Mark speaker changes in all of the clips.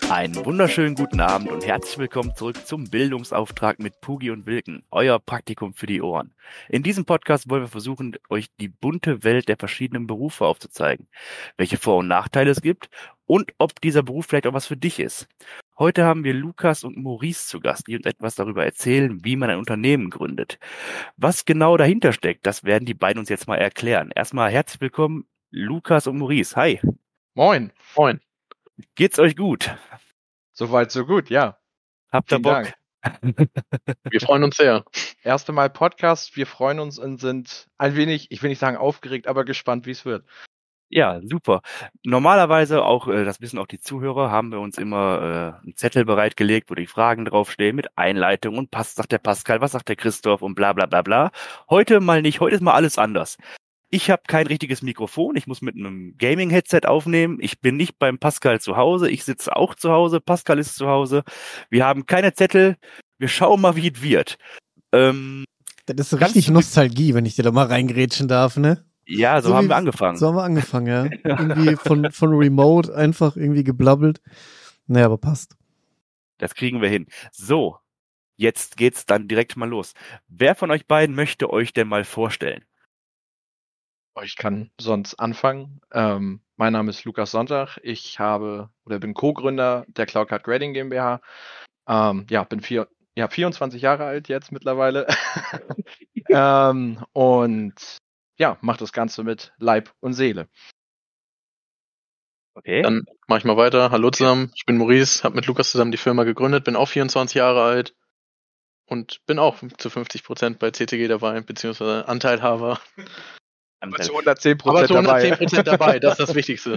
Speaker 1: Einen wunderschönen guten Abend und herzlich willkommen zurück zum Bildungsauftrag mit Pugi und Wilken, euer Praktikum für die Ohren. In diesem Podcast wollen wir versuchen, euch die bunte Welt der verschiedenen Berufe aufzuzeigen, welche Vor- und Nachteile es gibt und ob dieser Beruf vielleicht auch was für dich ist. Heute haben wir Lukas und Maurice zu Gast, die uns etwas darüber erzählen, wie man ein Unternehmen gründet. Was genau dahinter steckt, das werden die beiden uns jetzt mal erklären. Erstmal herzlich willkommen, Lukas und Maurice. Hi.
Speaker 2: Moin.
Speaker 3: Moin.
Speaker 1: Geht's euch gut?
Speaker 2: Soweit, so gut, ja.
Speaker 1: Habt ihr
Speaker 2: Vielen
Speaker 1: Bock?
Speaker 2: Dank.
Speaker 3: Wir freuen uns sehr.
Speaker 2: Erste Mal Podcast, wir freuen uns und sind ein wenig, ich will nicht sagen aufgeregt, aber gespannt, wie es wird.
Speaker 1: Ja, super. Normalerweise auch, das wissen auch die Zuhörer, haben wir uns immer einen Zettel bereitgelegt, wo die Fragen draufstehen mit Einleitung und sagt der Pascal, was sagt der Christoph und bla bla bla bla. Heute mal nicht, heute ist mal alles anders. Ich habe kein richtiges Mikrofon, ich muss mit einem Gaming-Headset aufnehmen. Ich bin nicht beim Pascal zu Hause, ich sitze auch zu Hause, Pascal ist zu Hause. Wir haben keine Zettel, wir schauen mal, wie es wird.
Speaker 4: Das ist so richtig Nostalgie, wenn ich dir da mal reingrätschen darf, ne?
Speaker 1: Ja, so haben wir angefangen.
Speaker 4: So haben wir angefangen, ja. Irgendwie von Remote einfach irgendwie geblabbelt. Naja, aber passt.
Speaker 1: Das kriegen wir hin. So, jetzt geht's dann direkt mal los. Wer von euch beiden möchte euch denn mal vorstellen?
Speaker 2: Ich kann sonst anfangen. Mein Name ist Lukas Sonntag. Ich bin Co-Gründer der Cloudcard Grading GmbH. Bin 24 Jahre alt jetzt mittlerweile. Und mache das Ganze mit Leib und Seele.
Speaker 1: Okay.
Speaker 3: Dann mache ich mal weiter. Hallo zusammen, ich bin Maurice, habe mit Lukas zusammen die Firma gegründet, bin auch 24 Jahre alt und bin auch zu 50% bei CTG dabei, beziehungsweise Anteilhaber.
Speaker 2: Aber zu 110%
Speaker 3: Aber zu 110% dabei, das ist das Wichtigste.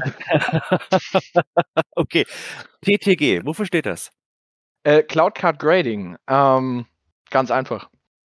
Speaker 1: Okay, TTG, wofür steht das?
Speaker 2: Cloudcard Grading, ganz einfach.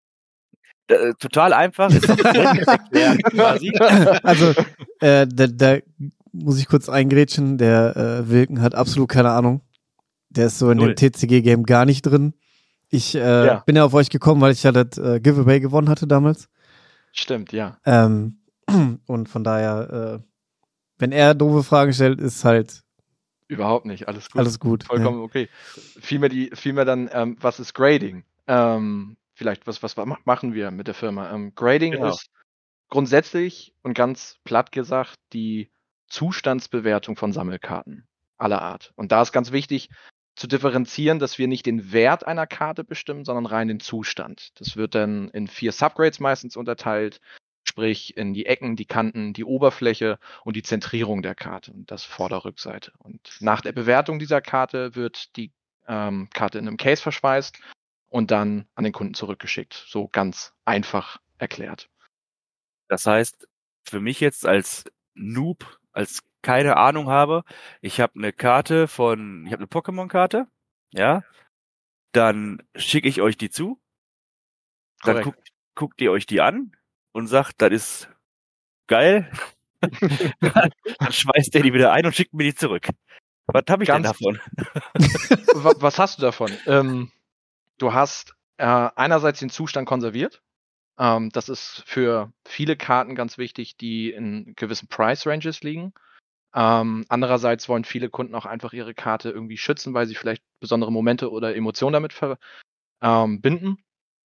Speaker 1: Total einfach, ist doch erklärt quasi.
Speaker 4: Also, da muss ich kurz eingrätschen, der Wilken hat absolut keine Ahnung. Der ist so in dem TCG-Game gar nicht drin. Ich bin ja auf euch gekommen, weil ich ja das Giveaway gewonnen hatte damals.
Speaker 2: Stimmt, ja.
Speaker 4: Und von daher, wenn er doofe Fragen stellt, ist halt
Speaker 2: überhaupt nicht, alles gut.
Speaker 4: Alles gut.
Speaker 2: Vollkommen okay. Vielmehr dann, was ist Grading? Vielleicht, was machen wir mit der Firma? Grading ist grundsätzlich und ganz platt gesagt die Zustandsbewertung von Sammelkarten aller Art. Und da ist ganz wichtig zu differenzieren, dass wir nicht den Wert einer Karte bestimmen, sondern rein den Zustand. Das wird dann in 4 Subgrades meistens unterteilt, sprich in die Ecken, die Kanten, die Oberfläche und die Zentrierung der Karte und das Vorder-Rückseite. Und nach der Bewertung dieser Karte wird die Karte in einem Case verschweißt und dann an den Kunden zurückgeschickt. So ganz einfach erklärt.
Speaker 1: Das heißt, für mich jetzt als Noob, als keine Ahnung habe, ich habe eine Pokémon-Karte, ja, dann schicke ich euch die zu, dann guckt ihr euch die an und sagt, das ist geil, dann schmeißt ihr die wieder ein und schickt mir die zurück. Was habe ich denn davon?
Speaker 2: Was hast du davon? Du hast einerseits den Zustand konserviert. Das ist für viele Karten ganz wichtig, die in gewissen Price-Ranges liegen. Andererseits wollen viele Kunden auch einfach ihre Karte irgendwie schützen, weil sie vielleicht besondere Momente oder Emotionen damit verbinden.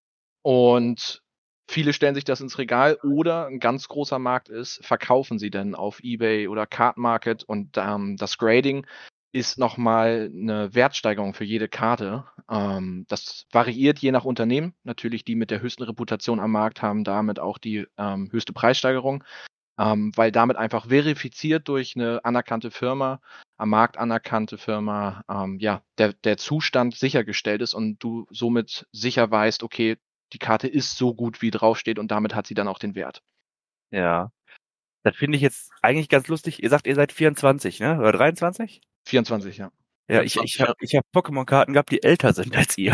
Speaker 2: Und viele stellen sich das ins Regal oder ein ganz großer Markt ist, verkaufen sie denn auf eBay oder Card Market und das Grading ist nochmal eine Wertsteigerung für jede Karte. Das variiert je nach Unternehmen. Natürlich die mit der höchsten Reputation am Markt haben damit auch die höchste Preissteigerung, weil damit einfach verifiziert durch eine anerkannte Firma, am Markt anerkannte Firma, der Zustand sichergestellt ist und du somit sicher weißt, okay, die Karte ist so gut, wie draufsteht und damit hat sie dann auch den Wert.
Speaker 1: Ja, das finde ich jetzt eigentlich ganz lustig. Ihr sagt, ihr seid 24, ne? Oder 23?
Speaker 2: 24, ja.
Speaker 1: Ja, ich hab Pokémon-Karten gehabt, die älter sind als ihr.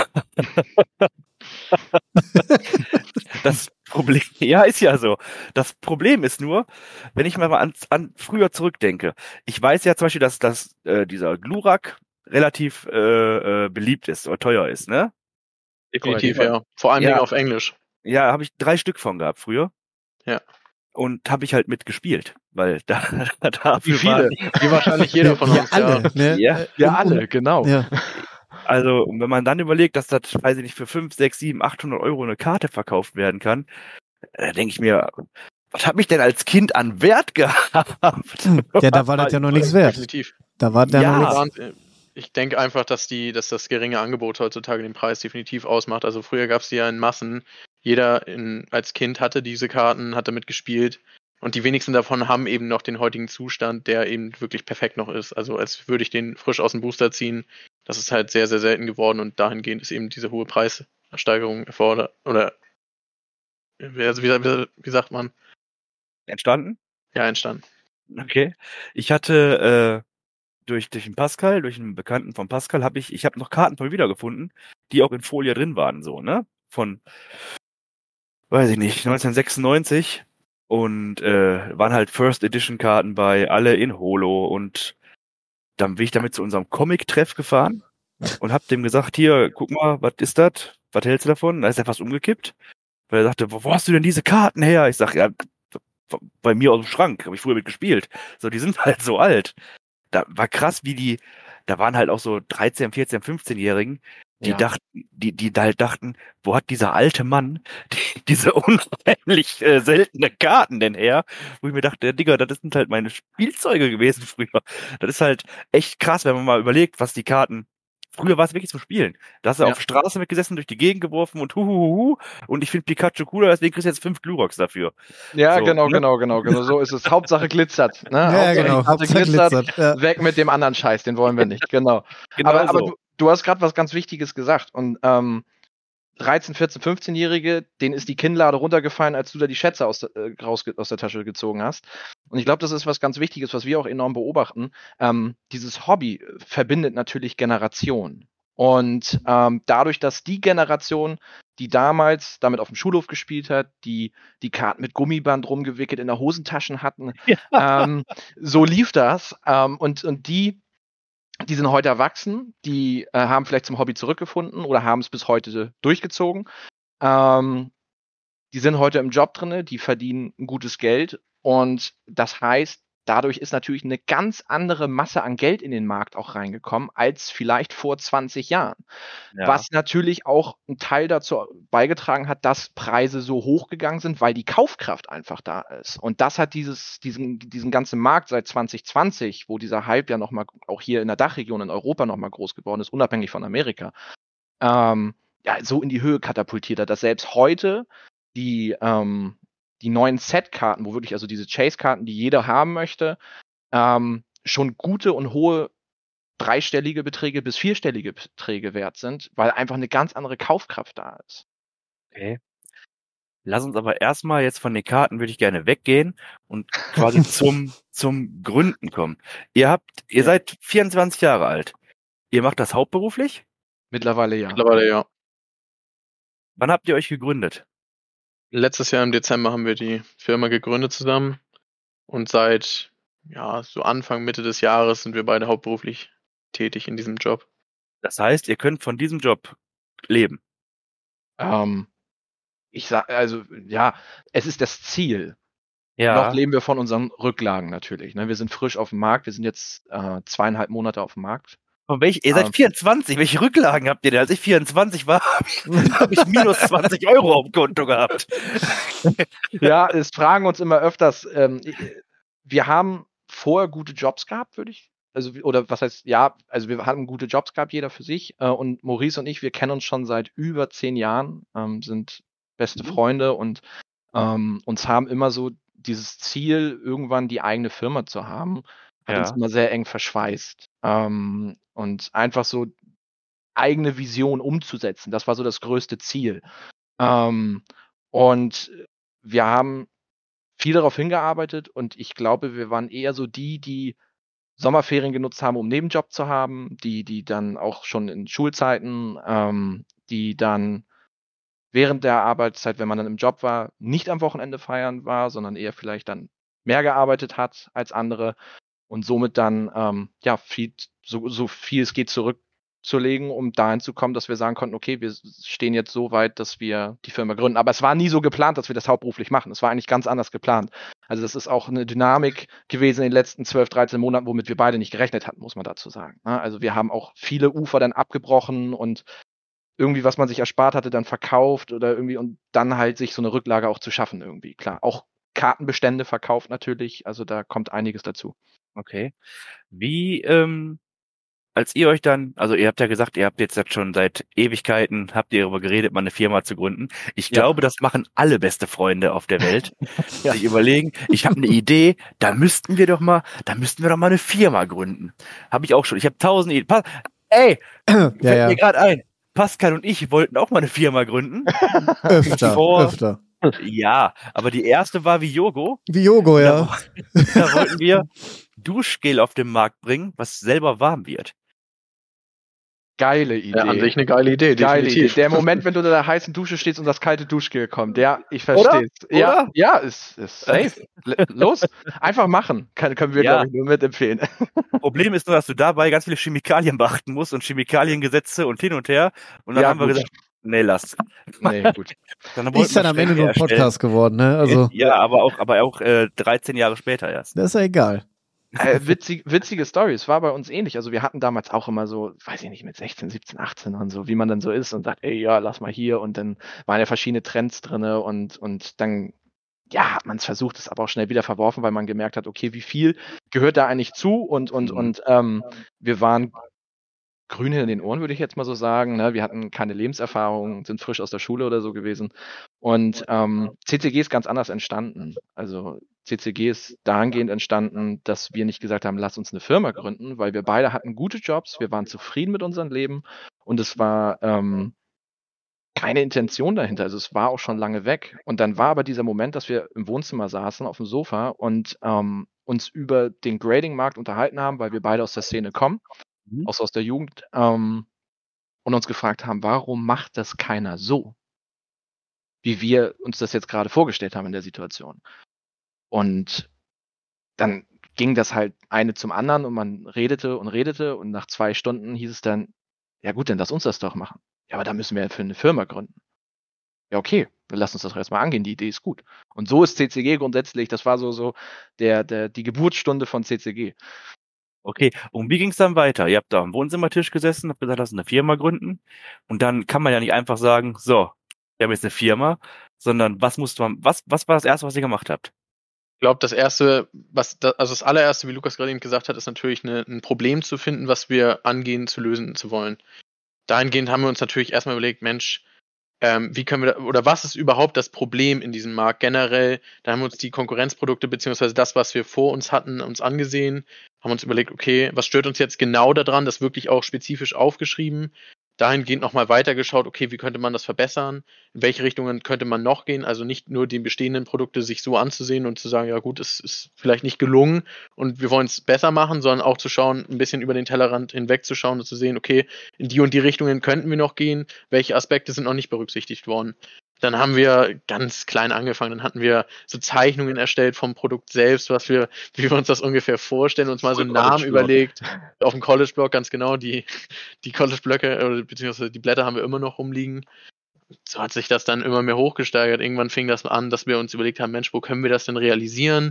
Speaker 1: Das Problem, ja, ist ja so. Das Problem ist nur, wenn ich mal an früher zurückdenke. Ich weiß ja zum Beispiel, dass dieser Glurak relativ beliebt ist oder teuer ist, ne?
Speaker 3: Definitiv, ja. Vor allem Dingen auf Englisch.
Speaker 1: Ja, habe ich 3 Stück von gehabt früher.
Speaker 3: Ja.
Speaker 1: und habe ich halt mitgespielt, weil dafür
Speaker 2: Wie viele?
Speaker 3: Wie wahrscheinlich jeder von uns.
Speaker 4: alle, ne?
Speaker 2: Ja, alle, genau.
Speaker 4: Ja.
Speaker 1: Also, wenn man dann überlegt, dass das, weiß ich nicht, für 5, 6, 7, 800 Euro eine Karte verkauft werden kann, denke ich mir, was habe ich denn als Kind an Wert gehabt?
Speaker 4: Ja, da war das ja noch nichts wert.
Speaker 3: Definitiv.
Speaker 4: Da war der
Speaker 1: Ja.
Speaker 4: noch nichts.
Speaker 3: Ich denke einfach, dass das geringe Angebot heutzutage den Preis definitiv ausmacht. Also früher gab es die ja in Massen. Jeder als Kind hatte diese Karten, hat damit gespielt. Und die wenigsten davon haben eben noch den heutigen Zustand, der eben wirklich perfekt noch ist. Also als würde ich den frisch aus dem Booster ziehen. Das ist halt sehr, sehr selten geworden und dahingehend ist eben diese hohe Preissteigerung erfordert. Oder wie sagt man?
Speaker 1: Entstanden?
Speaker 3: Ja, entstanden.
Speaker 1: Okay. Ich hatte durch den Pascal, durch einen Bekannten von Pascal, habe ich habe noch Karten voll wiedergefunden, die auch in Folie drin waren, so, ne? Von, weiß ich nicht, 1996. Und waren halt First Edition Karten bei, alle in Holo. Und dann bin ich damit zu unserem Comic-Treff gefahren und hab dem gesagt, hier, guck mal, was ist das? Was hältst du davon? Da ist er fast umgekippt, weil er sagte, wo hast du denn diese Karten her? Ich sag, ja, bei mir aus dem Schrank, habe ich früher mit gespielt. So, die sind halt so alt. Da war krass, da waren halt auch so 13, 14, 15-Jährigen, die halt dachten, wo hat dieser alte Mann diese unheimlich seltene Karten denn her? Wo ich mir dachte, Digga, das sind halt meine Spielzeuge gewesen früher. Das ist halt echt krass, wenn man mal überlegt, was die Karten. Früher war es wirklich zum Spielen. Da hast du auf der Straße mitgesessen, durch die Gegend geworfen und und ich finde Pikachu cooler, deswegen kriegst du jetzt 5 Glurox dafür.
Speaker 2: Ja,
Speaker 1: so,
Speaker 2: genau,
Speaker 1: ne?
Speaker 2: genau. So ist es. Hauptsache glitzert. Ne?
Speaker 4: Ja, genau.
Speaker 2: Hauptsache glitzert. Ja. Weg mit dem anderen Scheiß, den wollen wir nicht. Genau. Aber
Speaker 1: so.
Speaker 2: du hast gerade was ganz Wichtiges gesagt. Und 13, 14, 15-Jährige, denen ist die Kinnlade runtergefallen, als du da die Schätze aus der Tasche gezogen hast. Und ich glaube, das ist was ganz Wichtiges, was wir auch enorm beobachten. Dieses Hobby verbindet natürlich Generationen. Und dadurch, dass die Generation, die damals damit auf dem Schulhof gespielt hat, die Karten mit Gummiband rumgewickelt in der Hosentaschen hatten, so lief das. Und die sind heute erwachsen, die haben vielleicht zum Hobby zurückgefunden oder haben es bis heute durchgezogen. Die sind heute im Job drin, die verdienen ein gutes Geld und das heißt, dadurch ist natürlich eine ganz andere Masse an Geld in den Markt auch reingekommen, als vielleicht vor 20 Jahren. Ja. Was natürlich auch einen Teil dazu beigetragen hat, dass Preise so hochgegangen sind, weil die Kaufkraft einfach da ist. Und das hat diesen ganzen Markt seit 2020, wo dieser Hype ja nochmal auch hier in der Dachregion in Europa nochmal groß geworden ist, unabhängig von Amerika, so in die Höhe katapultiert hat, dass selbst heute die neuen Set-Karten, wo wirklich also diese Chase-Karten, die jeder haben möchte, schon gute und hohe dreistellige Beträge bis vierstellige Beträge wert sind, weil einfach eine ganz andere Kaufkraft da ist.
Speaker 1: Okay. Lass uns aber erstmal jetzt von den Karten, würde ich gerne weggehen und quasi zum Gründen kommen. Ihr seid 24 Jahre alt. Ihr macht das hauptberuflich?
Speaker 2: Mittlerweile ja.
Speaker 1: Wann habt ihr euch gegründet?
Speaker 3: Letztes Jahr im Dezember haben wir die Firma gegründet zusammen und seit so Anfang, Mitte des Jahres sind wir beide hauptberuflich tätig in diesem Job.
Speaker 1: Das heißt, ihr könnt von diesem Job leben?
Speaker 2: Ich sag, also es ist das Ziel.
Speaker 1: Ja.
Speaker 2: Noch leben wir von unseren Rücklagen natürlich. Ne? Wir sind frisch auf dem Markt, wir sind jetzt 2,5 Monate auf dem Markt.
Speaker 1: Ihr seid 24, welche Rücklagen habt ihr denn? Als ich 24 war, habe ich minus 20 Euro auf dem Konto gehabt.
Speaker 2: Ja, es fragen uns immer öfters, wir haben vorher gute Jobs gehabt, wir haben gute Jobs gehabt, jeder für sich. Und Maurice und ich, wir kennen uns schon seit über 10 Jahren, sind beste Freunde und uns haben immer so dieses Ziel, irgendwann die eigene Firma zu haben, hat uns immer sehr eng verschweißt. Und einfach so eigene Vision umzusetzen, das war so das größte Ziel. Und wir haben viel darauf hingearbeitet und ich glaube, wir waren eher so die Sommerferien genutzt haben, um einen Nebenjob zu haben, die dann auch schon in Schulzeiten, die dann während der Arbeitszeit, wenn man dann im Job war, nicht am Wochenende feiern war, sondern eher vielleicht dann mehr gearbeitet hat als andere und somit dann so viel es geht zurück zurückzulegen, um dahin zu kommen, dass wir sagen konnten, okay, wir stehen jetzt so weit, dass wir die Firma gründen. Aber es war nie so geplant, dass wir das hauptberuflich machen. Es war eigentlich ganz anders geplant. Also das ist auch eine Dynamik gewesen in den letzten 12, 13 Monaten, womit wir beide nicht gerechnet hatten, muss man dazu sagen. Also wir haben auch viele Ufer dann abgebrochen und irgendwie, was man sich erspart hatte, dann verkauft oder irgendwie und dann halt sich so eine Rücklage auch zu schaffen irgendwie. Klar, auch Kartenbestände verkauft natürlich, also da kommt einiges dazu.
Speaker 1: Okay. Wie, als ihr euch dann, also ihr habt ja gesagt, ihr habt jetzt schon seit Ewigkeiten, habt ihr darüber geredet, mal eine Firma zu gründen. Ich glaube, das machen alle beste Freunde auf der Welt. Sich überlegen, ich habe eine Idee, da müssten wir doch mal eine Firma gründen. Habe ich auch schon. Ich habe 1000 Ideen. Fällt mir gerade ein. Pascal und ich wollten auch mal eine Firma gründen.
Speaker 4: Öfter.
Speaker 1: Ja, aber die erste war Viyogo.
Speaker 4: Viyogo, ja.
Speaker 1: Da wollten wir Duschgel auf den Markt bringen, was selber warm wird.
Speaker 2: Geile Idee.
Speaker 3: Ja, an sich eine geile Idee, definitiv.
Speaker 2: Der Moment, wenn du in der heißen Dusche stehst und das kalte Duschgel kommt. Ja, ich verstehe es. Ja, ist safe. Los, einfach machen. Können wir, glaube ich, nur mitempfehlen.
Speaker 1: Problem ist nur, dass du dabei ganz viele Chemikalien beachten musst und Chemikaliengesetze und hin und her. Und dann haben wir gesagt, nee, lass.
Speaker 2: Nee, gut.
Speaker 4: Ist dann am Ende nur ein Podcast geworden, ne? Also.
Speaker 1: Ja, aber auch 13 Jahre später erst.
Speaker 4: Das ist ja egal.
Speaker 2: Witzige Story, es war bei uns ähnlich. Also wir hatten damals auch immer so, weiß ich nicht, mit 16, 17, 18 und so, wie man dann so ist und sagt, ey, ja, lass mal hier und dann waren ja verschiedene Trends drinne und dann, ja, hat man es versucht, es aber auch schnell wieder verworfen, weil man gemerkt hat, okay, wie viel gehört da eigentlich zu und wir waren grün hinter den Ohren, würde ich jetzt mal so sagen. Ne? Wir hatten keine Lebenserfahrung, sind frisch aus der Schule oder so gewesen. Und CCG ist ganz anders entstanden. Also CCG ist dahingehend entstanden, dass wir nicht gesagt haben, lass uns eine Firma gründen, weil wir beide hatten gute Jobs, wir waren zufrieden mit unserem Leben und es war keine Intention dahinter. Also es war auch schon lange weg. Und dann war aber dieser Moment, dass wir im Wohnzimmer saßen auf dem Sofa und uns über den Grading-Markt unterhalten haben, weil wir beide aus der Szene kommen, auch aus der Jugend, und uns gefragt haben, warum macht das keiner so, wie wir uns das jetzt gerade vorgestellt haben in der Situation. Und dann ging das halt eine zum anderen und man redete und nach 2 Stunden hieß es dann, ja gut, dann lass uns das doch machen. Ja, aber da müssen wir für eine Firma gründen. Ja, okay, wir lassen uns das erstmal angehen, die Idee ist gut. Und so ist CCG grundsätzlich, das war so die Geburtsstunde von CCG.
Speaker 1: Okay, und wie ging es dann weiter? Ihr habt da am Wohnzimmertisch gesessen, habt gesagt, lass uns eine Firma gründen. Und dann kann man ja nicht einfach sagen, so, wir haben jetzt eine Firma, sondern was war das Erste, was ihr gemacht habt?
Speaker 3: Ich glaube, das allererste, wie Lukas gerade eben gesagt hat, ist natürlich ein Problem zu finden, was wir angehen, zu lösen zu wollen. Dahingehend haben wir uns natürlich erstmal überlegt, Mensch, wie können wir oder was ist überhaupt das Problem in diesem Markt generell? Da haben wir uns die Konkurrenzprodukte beziehungsweise das, was wir vor uns hatten, uns angesehen, haben uns überlegt, okay, was stört uns jetzt genau daran, das wirklich auch spezifisch aufgeschrieben, dahingehend nochmal weitergeschaut, okay, wie könnte man das verbessern, in welche Richtungen könnte man noch gehen, also nicht nur die bestehenden Produkte sich so anzusehen und zu sagen, ja gut, es ist vielleicht nicht gelungen und wir wollen es besser machen, sondern auch zu schauen, ein bisschen über den Tellerrand hinwegzuschauen und zu sehen, okay, in die und die Richtungen könnten wir noch gehen, welche Aspekte sind noch nicht berücksichtigt worden. Dann haben wir ganz klein angefangen, dann hatten wir so Zeichnungen erstellt vom Produkt selbst, wie wir uns das ungefähr vorstellen, uns mal so einen Namen überlegt, auf dem College-Blog, ganz genau, die College-Blöcke, beziehungsweise die Blätter haben wir immer noch rumliegen. So hat sich das dann immer mehr hochgesteigert. Irgendwann fing das an, dass wir uns überlegt haben, Mensch, wo können wir das denn realisieren?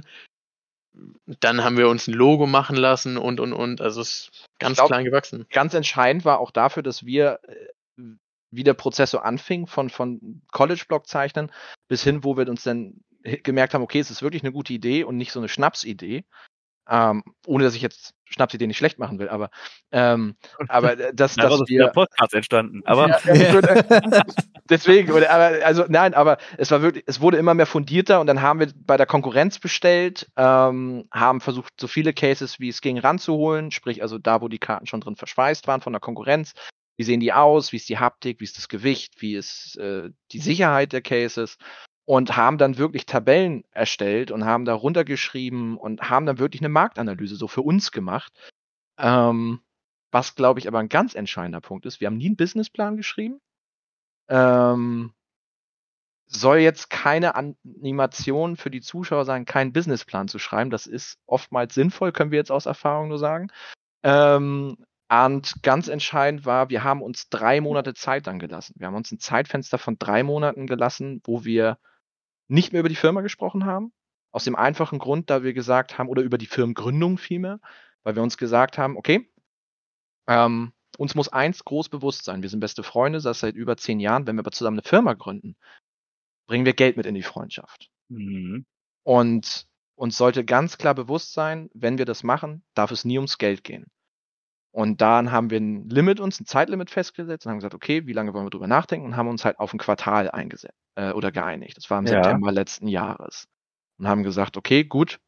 Speaker 3: Dann haben wir uns ein Logo machen lassen und. Also es ist ganz klein gewachsen.
Speaker 2: Ganz entscheidend war auch dafür, dass wir wie der Prozess so anfing, von College-Blog-Zeichnen bis hin, wo wir uns dann gemerkt haben, okay, es ist wirklich eine gute Idee und nicht so eine Schnapsidee. Ohne dass ich jetzt Schnapsidee nicht schlecht machen will, aber dass wir
Speaker 1: der Podcast entstanden, aber
Speaker 2: deswegen, aber es war wirklich, es wurde immer mehr fundierter und dann haben wir bei der Konkurrenz bestellt, haben versucht, so viele Cases wie es ging ranzuholen, sprich also da, wo die Karten schon drin verschweißt waren von der Konkurrenz. Wie sehen die aus? Wie ist die Haptik? Wie ist das Gewicht? Wie ist die Sicherheit der Cases? Und haben dann wirklich Tabellen erstellt und haben da runtergeschrieben und haben dann wirklich eine Marktanalyse so für uns gemacht. Was, glaube ich, aber ein ganz entscheidender Punkt ist. Wir haben nie einen Businessplan geschrieben. Soll jetzt keine Animation für die Zuschauer sein, keinen Businessplan zu schreiben. Das ist oftmals sinnvoll, können wir jetzt aus Erfahrung nur sagen. Und ganz entscheidend war, wir haben uns 3 Monate Zeit dann gelassen. Wir haben uns ein Zeitfenster von 3 Monaten gelassen, wo wir nicht mehr über die Firma gesprochen haben. Aus dem einfachen Grund, da wir gesagt haben, oder über die Firmengründung vielmehr, weil wir uns gesagt haben, okay, uns muss eins groß bewusst sein. Wir sind beste Freunde, das seit über 10 Jahren. Wenn wir aber zusammen eine Firma gründen, bringen wir Geld mit in die Freundschaft.
Speaker 1: Mhm.
Speaker 2: Und uns sollte ganz klar bewusst sein, wenn wir das machen, darf es nie ums Geld gehen. Und dann haben wir ein Zeitlimit festgesetzt und haben gesagt, okay, wie lange wollen wir drüber nachdenken, und haben uns halt auf ein Quartal eingesetzt oder geeinigt. Das war im September letzten Jahres. Und haben gesagt, okay, gut,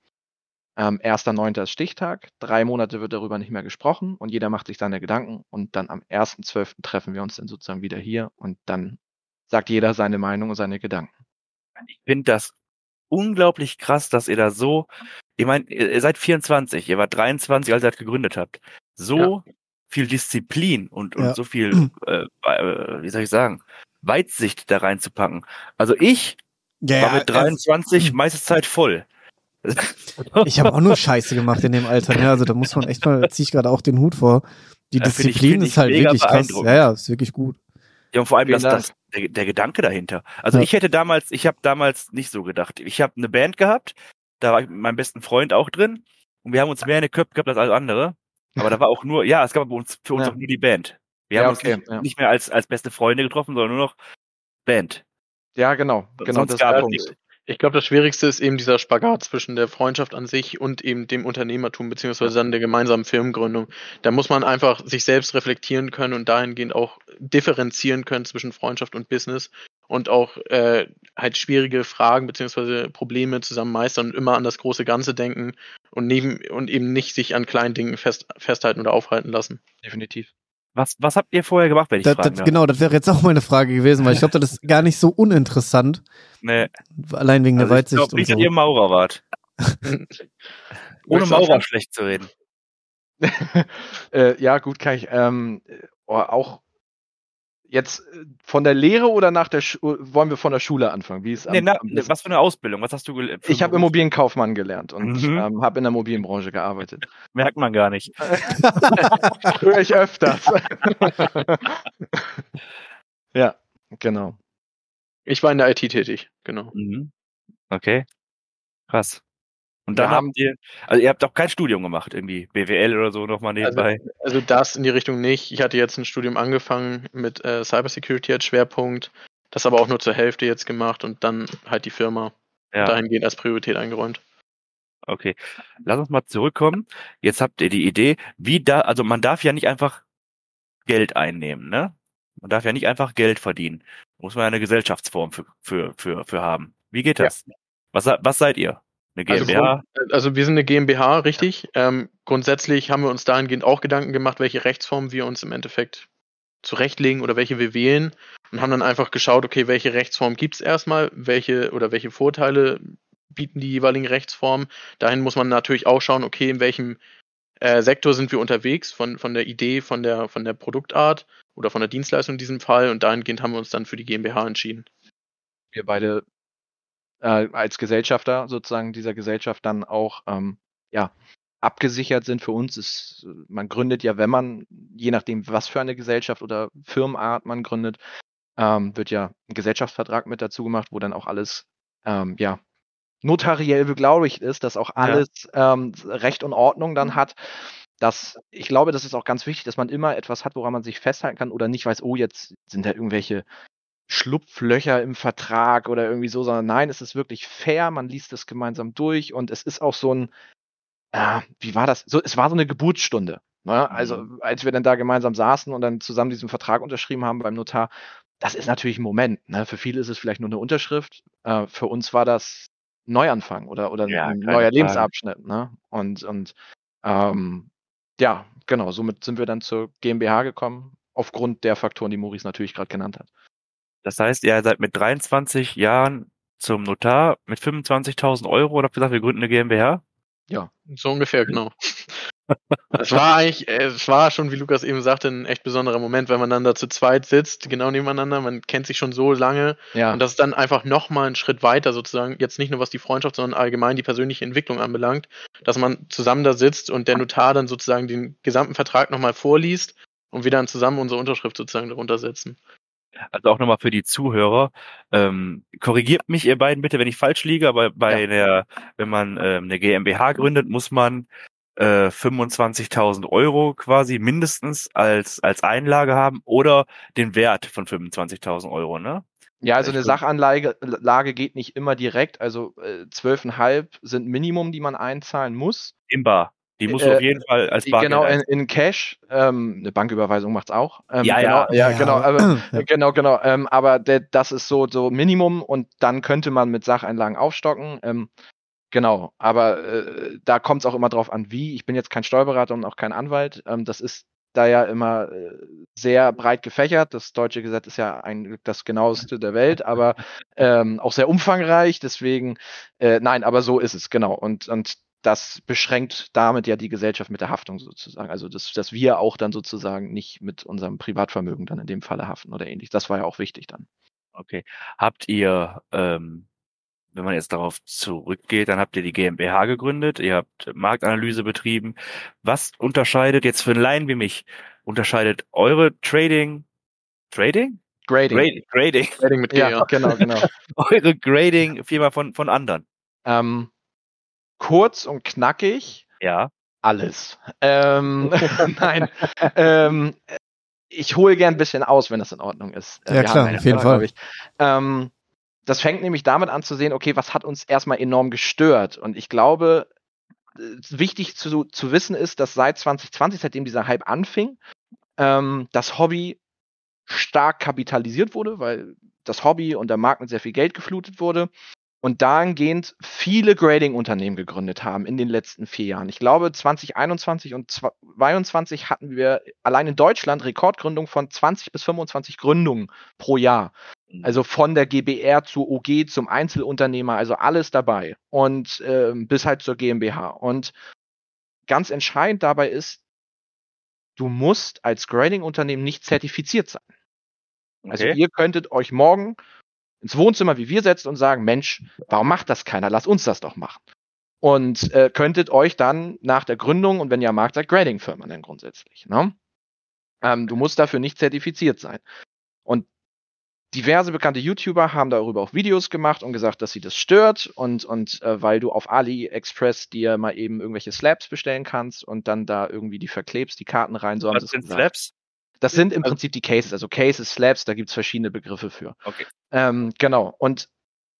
Speaker 2: 1.9. ist Stichtag, 3 Monate wird darüber nicht mehr gesprochen und jeder macht sich seine Gedanken und dann am 1.12. treffen wir uns dann sozusagen wieder hier und dann sagt jeder seine Meinung und seine Gedanken.
Speaker 1: Ich finde das unglaublich krass, dass ihr da so, ich meine, ihr seid 24, ihr wart 23, als ihr das gegründet habt. So viel Disziplin und so viel, wie soll ich sagen, Weitsicht da reinzupacken. Also ich war mit 23 meiste Zeit voll.
Speaker 4: Ich habe auch nur Scheiße gemacht in dem Alter. Ne? Also da muss man echt mal, ziehe ich gerade auch den Hut vor. Die Disziplin ist halt wirklich krass. Ja, ist wirklich gut.
Speaker 1: Ja, und vor allem der Gedanke dahinter. Also ich habe damals nicht so gedacht. Ich habe eine Band gehabt, da war ich mit meinem besten Freund auch drin und wir haben uns mehr in den Köpfen gehabt als alles andere. Aber da war auch nur, es gab für uns auch nur die Band. Wir haben uns nicht mehr als beste Freunde getroffen, sondern nur noch Band.
Speaker 2: Ja, genau.
Speaker 1: Sonst
Speaker 2: das
Speaker 1: gar
Speaker 2: ist
Speaker 1: nichts.
Speaker 3: Ich glaube, das Schwierigste ist eben dieser Spagat zwischen der Freundschaft an sich und eben dem Unternehmertum, beziehungsweise dann der gemeinsamen Firmengründung. Da muss man einfach sich selbst reflektieren können und dahingehend auch differenzieren können zwischen Freundschaft und Business und auch halt schwierige Fragen beziehungsweise Probleme zusammen meistern und immer an das große Ganze denken und eben nicht sich an kleinen Dingen festhalten oder aufhalten lassen.
Speaker 2: Definitiv.
Speaker 1: Was habt ihr vorher gemacht, wenn ich fragen darf?
Speaker 4: Genau, das wäre jetzt auch meine Frage gewesen, weil ich glaube, das ist gar nicht so uninteressant.
Speaker 1: Nee.
Speaker 4: Allein wegen der Weitsicht.
Speaker 1: Ich glaube nicht, dass ihr Maurer wart. Ohne Maurer schlecht zu reden.
Speaker 2: Ja, gut, kann ich auch jetzt von der Lehre oder wollen wir von der Schule anfangen? Wie ist
Speaker 1: was für eine Ausbildung? Was hast du gelernt?
Speaker 2: Ich habe Immobilienkaufmann gelernt und habe in der Immobilienbranche gearbeitet.
Speaker 1: Merkt man gar nicht.
Speaker 2: Höre ich öfters. Ja, genau.
Speaker 3: Ich war in der IT tätig, genau.
Speaker 1: Okay, krass. Und dann ihr habt auch kein Studium gemacht, irgendwie BWL oder so nochmal nebenbei.
Speaker 3: Also das in die Richtung nicht. Ich hatte jetzt ein Studium angefangen mit Cybersecurity als Schwerpunkt, das aber auch nur zur Hälfte jetzt gemacht und dann halt die Firma dahingehend als Priorität eingeräumt.
Speaker 1: Okay, lass uns mal zurückkommen. Jetzt habt ihr die Idee, also man darf ja nicht einfach Geld einnehmen, ne? Man darf ja nicht einfach Geld verdienen. Da muss man ja eine Gesellschaftsform für haben. Wie geht das? Ja. Was seid ihr? Eine GmbH?
Speaker 3: Also wir sind eine GmbH, richtig. Grundsätzlich haben wir uns dahingehend auch Gedanken gemacht, welche Rechtsform wir uns im Endeffekt zurechtlegen oder welche wir wählen und haben dann einfach geschaut, okay, welche Rechtsform gibt es erstmal, welche Vorteile bieten die jeweiligen Rechtsformen. Dahin muss man natürlich auch schauen, okay, in welchem Sektor sind wir unterwegs, von der Idee, von der Produktart oder von der Dienstleistung in diesem Fall, und dahingehend haben wir uns dann für die GmbH entschieden.
Speaker 2: Wir beide als Gesellschafter sozusagen dieser Gesellschaft dann auch abgesichert sind. Für uns ist, man gründet ja, wenn man, je nachdem was für eine Gesellschaft oder Firmenart man gründet, wird ja ein Gesellschaftsvertrag mit dazu gemacht, wo dann auch alles notariell beglaubigt ist, dass auch alles Recht und Ordnung dann hat. Ich glaube, das ist auch ganz wichtig, dass man immer etwas hat, woran man sich festhalten kann oder nicht weiß, oh, jetzt sind da irgendwelche Schlupflöcher im Vertrag oder irgendwie so, sondern nein, es ist wirklich fair, man liest es gemeinsam durch und es ist auch so ein, wie war das? Es war so eine Geburtsstunde. Ne? Also als wir dann da gemeinsam saßen und dann zusammen diesen Vertrag unterschrieben haben beim Notar, das ist natürlich ein Moment. Ne? Für viele ist es vielleicht nur eine Unterschrift. Für uns war das Neuanfang oder ein neuer Lebensabschnitt. Ne? Und genau, somit sind wir dann zur GmbH gekommen, aufgrund der Faktoren, die Maurice natürlich gerade genannt hat.
Speaker 1: Das heißt, ihr seid mit 23 Jahren zum Notar mit 25.000 € und habt gesagt, wir gründen eine GmbH?
Speaker 3: Ja, so ungefähr, genau. Es war schon, wie Lukas eben sagte, ein echt besonderer Moment, wenn man dann da zu zweit sitzt, genau nebeneinander, man kennt sich schon so lange
Speaker 2: Ja.
Speaker 3: und das ist dann einfach nochmal ein Schritt weiter sozusagen, jetzt nicht nur was die Freundschaft, sondern allgemein die persönliche Entwicklung anbelangt, dass man zusammen da sitzt und der Notar dann sozusagen den gesamten Vertrag nochmal vorliest und wir dann zusammen unsere Unterschrift sozusagen darunter setzen.
Speaker 1: Also auch nochmal für die Zuhörer, korrigiert mich ihr beiden bitte, wenn ich falsch liege, aber wenn man eine GmbH gründet, muss man 25.000 Euro quasi mindestens als Einlage haben oder den Wert von 25.000 Euro, ne?
Speaker 2: Ja, also eine Sachanlage geht nicht immer direkt, also 12,5 sind Minimum, die man einzahlen muss.
Speaker 1: Im Bar. Die muss auf jeden Fall als Bargeld
Speaker 2: Genau,
Speaker 1: einzahlen.
Speaker 2: in Cash. Eine Banküberweisung macht's auch.
Speaker 1: Ja.
Speaker 2: Genau. Aber,
Speaker 4: Ja.
Speaker 2: genau. Aber das ist so Minimum und dann könnte man mit Sacheinlagen aufstocken. Genau. Aber da kommt es auch immer drauf an, wie. Ich bin jetzt kein Steuerberater und auch kein Anwalt. Das ist da ja immer sehr breit gefächert. Das deutsche Gesetz ist ja eigentlich das genaueste der Welt, aber auch sehr umfangreich. Deswegen, nein, aber so ist es, genau. Und das beschränkt damit ja die Gesellschaft mit der Haftung sozusagen. Also, dass wir auch dann sozusagen nicht mit unserem Privatvermögen dann in dem Falle haften oder ähnlich. Das war ja auch wichtig dann.
Speaker 1: Okay. Habt ihr, wenn man jetzt darauf zurückgeht, dann habt ihr die GmbH gegründet, ihr habt Marktanalyse betrieben. Was unterscheidet jetzt für einen Laien wie mich, unterscheidet eure Grading?
Speaker 2: Grading
Speaker 3: mit G,
Speaker 2: ja, genau.
Speaker 1: Eure Grading-Firma von anderen?
Speaker 2: Kurz und knackig.
Speaker 1: Ja.
Speaker 2: Alles. Nein. Ich hole gern ein bisschen aus, wenn das in Ordnung ist.
Speaker 4: Ja, klar, auf jeden Fall.
Speaker 2: Das fängt nämlich damit an zu sehen, okay, was hat uns erstmal enorm gestört? Und ich glaube, wichtig zu wissen ist, dass seit 2020, seitdem dieser Hype anfing, das Hobby stark kapitalisiert wurde, weil das Hobby und der Markt mit sehr viel Geld geflutet wurde. Und dahingehend viele Grading-Unternehmen gegründet haben in den letzten 4 Jahren. Ich glaube, 2021 und 2022 hatten wir allein in Deutschland Rekordgründungen von 20 bis 25 Gründungen pro Jahr. Also von der GbR zur OG zum Einzelunternehmer, also alles dabei. Und bis halt zur GmbH. Und ganz entscheidend dabei ist, du musst als Grading-Unternehmen nicht zertifiziert sein. Also ihr könntet euch morgen ins Wohnzimmer wie wir setzen und sagen, Mensch, warum macht das keiner? Lass uns das doch machen. Und könntet euch dann nach der Gründung und wenn ihr mag, seid Grading-Firma dann grundsätzlich. Ne? Du musst dafür nicht zertifiziert sein. Und diverse bekannte YouTuber haben darüber auch Videos gemacht und gesagt, dass sie das stört und weil du auf AliExpress dir mal eben irgendwelche Slabs bestellen kannst und dann da irgendwie die verklebst, die Karten rein. So haben
Speaker 1: Was sind Slabs?
Speaker 2: Das sind im Prinzip die Cases, also Cases, Slabs, da gibt's verschiedene Begriffe für.
Speaker 1: Okay.
Speaker 2: Genau. Und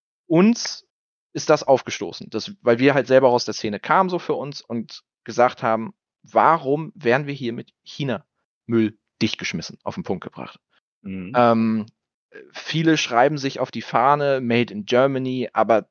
Speaker 2: uns ist das aufgestoßen, weil wir halt selber aus der Szene kamen so für uns und gesagt haben, warum werden wir hier mit China-Müll dicht geschmissen, auf den Punkt gebracht.
Speaker 1: Mhm.
Speaker 2: Viele schreiben sich auf die Fahne Made in Germany, aber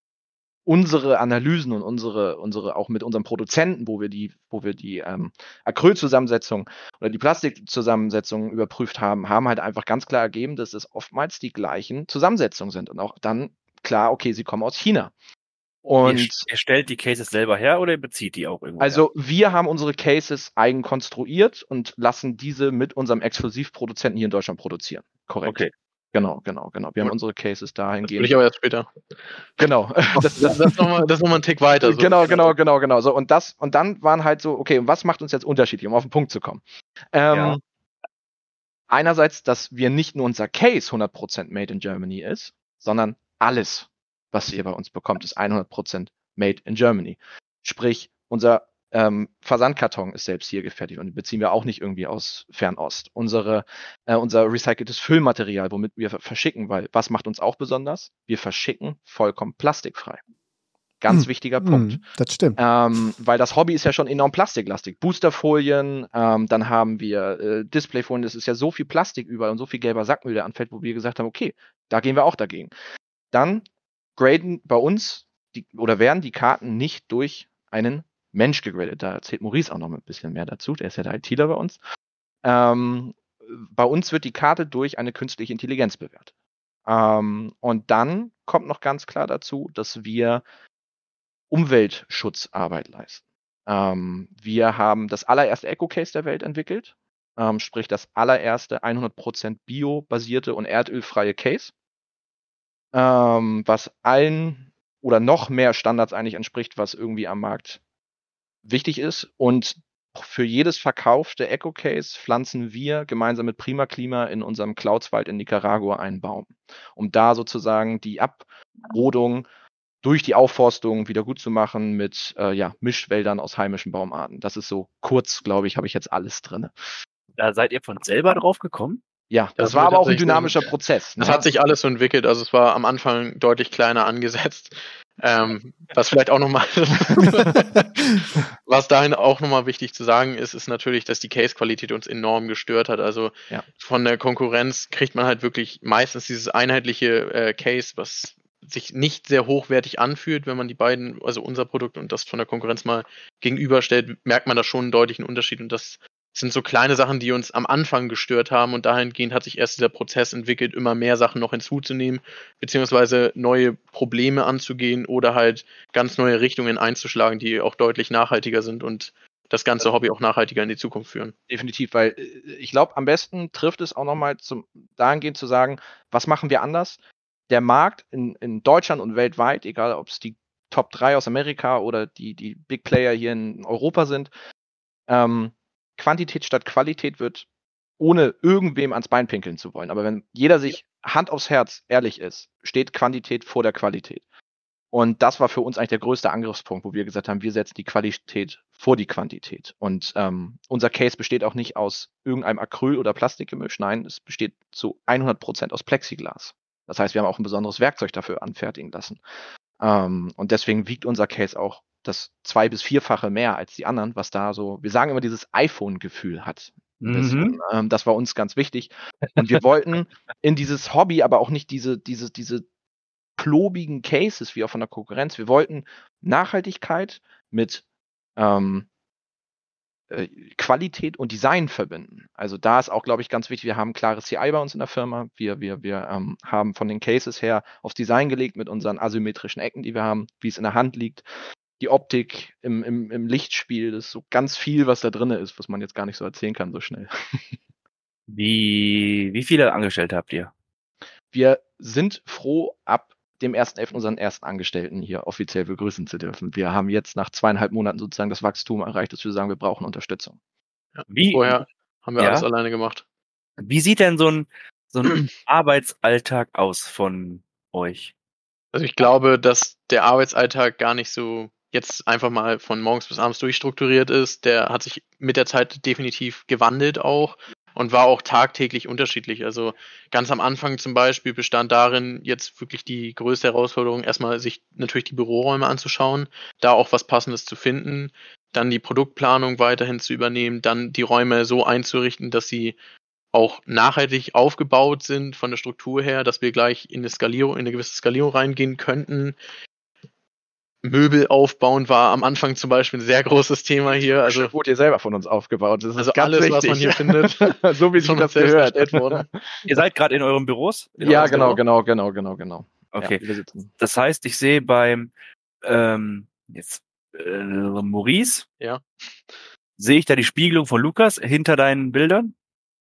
Speaker 2: unsere Analysen und unsere auch mit unserem Produzenten, wo wir die Acrylzusammensetzung oder die Plastikzusammensetzung überprüft haben halt einfach ganz klar ergeben, dass es oftmals die gleichen Zusammensetzungen sind und auch dann klar, okay, sie kommen aus China. Und
Speaker 1: ihr stellt die Cases selber her oder ihr bezieht die auch irgendwo?
Speaker 2: Also wir haben unsere Cases eigen konstruiert und lassen diese mit unserem Exklusivproduzenten hier in Deutschland produzieren. Korrekt. Okay. Genau. Wir haben unsere Cases dahingehend.
Speaker 3: Das will ich aber erst später.
Speaker 2: Genau.
Speaker 3: Das ist nochmal ein Tick weiter.
Speaker 2: So. Genau. So, und dann waren halt so, okay, was macht uns jetzt unterschiedlich, um auf den Punkt zu kommen? Einerseits, dass wir nicht nur unser Case 100% made in Germany ist, sondern alles, was ihr bei uns bekommt, ist 100% made in Germany. Sprich, unser Versandkarton ist selbst hier gefertigt und den beziehen wir auch nicht irgendwie aus Fernost. Unser recyceltes Füllmaterial, womit wir verschicken, weil was macht uns auch besonders? Wir verschicken vollkommen plastikfrei. Ganz wichtiger Punkt.
Speaker 4: Das stimmt.
Speaker 2: Weil das Hobby ist ja schon enorm plastiklastig. Boosterfolien, dann haben wir Displayfolien, das ist ja so viel Plastik überall und so viel gelber Sackmüll, der anfällt, wo wir gesagt haben, okay, da gehen wir auch dagegen. Dann graden bei uns werden die Karten nicht durch einen Mensch gegradet. Da erzählt Maurice auch noch ein bisschen mehr dazu. Der ist ja der ITler bei uns. Bei uns wird die Karte durch eine künstliche Intelligenz bewertet. Und dann kommt noch ganz klar dazu, dass wir Umweltschutzarbeit leisten. Wir haben das allererste Eco-Case der Welt entwickelt, sprich das allererste 100% bio-basierte und erdölfreie Case, was allen oder noch mehr Standards eigentlich entspricht, was irgendwie am Markt wichtig ist. Und für jedes verkaufte Eco-Case pflanzen wir gemeinsam mit Prima Klima in unserem Cloudswald in Nicaragua einen Baum, um da sozusagen die Abrodung durch die Aufforstung wieder gut zu machen mit Mischwäldern aus heimischen Baumarten. Das ist so kurz, glaube ich, habe ich jetzt alles drin.
Speaker 1: Da seid ihr von selber drauf gekommen?
Speaker 2: Ja, das war aber auch ein dynamischer Prozess.
Speaker 3: Das hat sich alles so entwickelt. Also es war am Anfang deutlich kleiner angesetzt. Was vielleicht auch nochmal, was dahin auch nochmal wichtig zu sagen ist natürlich, dass die Case-Qualität uns enorm gestört hat. Also von der Konkurrenz kriegt man halt wirklich meistens dieses einheitliche Case, was sich nicht sehr hochwertig anfühlt, wenn man die beiden, also unser Produkt und das von der Konkurrenz mal gegenüberstellt, merkt man da schon einen deutlichen Unterschied. Und das sind so kleine Sachen, die uns am Anfang gestört haben, und dahingehend hat sich erst dieser Prozess entwickelt, immer mehr Sachen noch hinzuzunehmen, beziehungsweise neue Probleme anzugehen oder halt ganz neue Richtungen einzuschlagen, die auch deutlich nachhaltiger sind und das ganze Hobby auch nachhaltiger in die Zukunft führen.
Speaker 2: Definitiv, weil ich glaube, am besten trifft es auch nochmal dahingehend zu sagen, was machen wir anders? Der Markt in Deutschland und weltweit, egal ob es die Top 3 aus Amerika oder die Big Player hier in Europa sind, Quantität statt Qualität wird, ohne irgendwem ans Bein pinkeln zu wollen. Aber wenn jeder sich Hand aufs Herz ehrlich ist, steht Quantität vor der Qualität. Und das war für uns eigentlich der größte Angriffspunkt, wo wir gesagt haben, wir setzen die Qualität vor die Quantität. Und unser Case besteht auch nicht aus irgendeinem Acryl- oder Plastikgemisch. Nein, es besteht zu 100% aus Plexiglas. Das heißt, wir haben auch ein besonderes Werkzeug dafür anfertigen lassen. Und deswegen wiegt unser Case auch das 2- bis 4-fache mehr als die anderen, was da so, wir sagen immer, dieses iPhone-Gefühl hat. Deswegen, das war uns ganz wichtig. Und wir wollten in dieses Hobby aber auch nicht diese klobigen Cases wie auch von der Konkurrenz. Wir wollten Nachhaltigkeit mit Qualität und Design verbinden. Also da ist auch, glaube ich, ganz wichtig, wir haben ein klares CI bei uns in der Firma. Wir haben von den Cases her aufs Design gelegt mit unseren asymmetrischen Ecken, die wir haben, wie es in der Hand liegt. Die Optik im Lichtspiel, das ist so ganz viel, was da drin ist, was man jetzt gar nicht so erzählen kann so schnell.
Speaker 1: Wie viele Angestellte habt ihr?
Speaker 2: Wir sind froh, ab dem 1.11. unseren ersten Angestellten hier offiziell begrüßen zu dürfen. Wir haben jetzt nach 2,5 Monaten sozusagen das Wachstum erreicht, dass wir sagen, wir brauchen Unterstützung.
Speaker 3: Ja, vorher haben wir alles alleine gemacht.
Speaker 1: Wie sieht denn so ein Arbeitsalltag aus von euch?
Speaker 3: Also ich glaube, dass der Arbeitsalltag gar nicht so jetzt einfach mal von morgens bis abends durchstrukturiert ist. Der hat sich mit der Zeit definitiv gewandelt auch und war auch tagtäglich unterschiedlich. Also ganz am Anfang zum Beispiel bestand darin jetzt wirklich die größte Herausforderung, erstmal sich natürlich die Büroräume anzuschauen, da auch was Passendes zu finden, dann die Produktplanung weiterhin zu übernehmen, dann die Räume so einzurichten, dass sie auch nachhaltig aufgebaut sind von der Struktur her, dass wir gleich in eine gewisse Skalierung reingehen könnten. Möbel aufbauen war am Anfang zum Beispiel ein sehr großes Thema hier. Also
Speaker 2: wurde ihr selber von uns aufgebaut. Das ist
Speaker 3: also
Speaker 2: ganz
Speaker 3: alles,
Speaker 2: wichtig.
Speaker 3: was man hier findet,
Speaker 2: so wie sich das gehört.
Speaker 3: Worden.
Speaker 1: Ihr seid gerade in euren Büros?
Speaker 2: Ja, genau.
Speaker 1: Okay.
Speaker 2: Ja,
Speaker 1: das heißt, ich sehe beim Maurice, sehe ich da die Spiegelung von Lukas hinter deinen Bildern?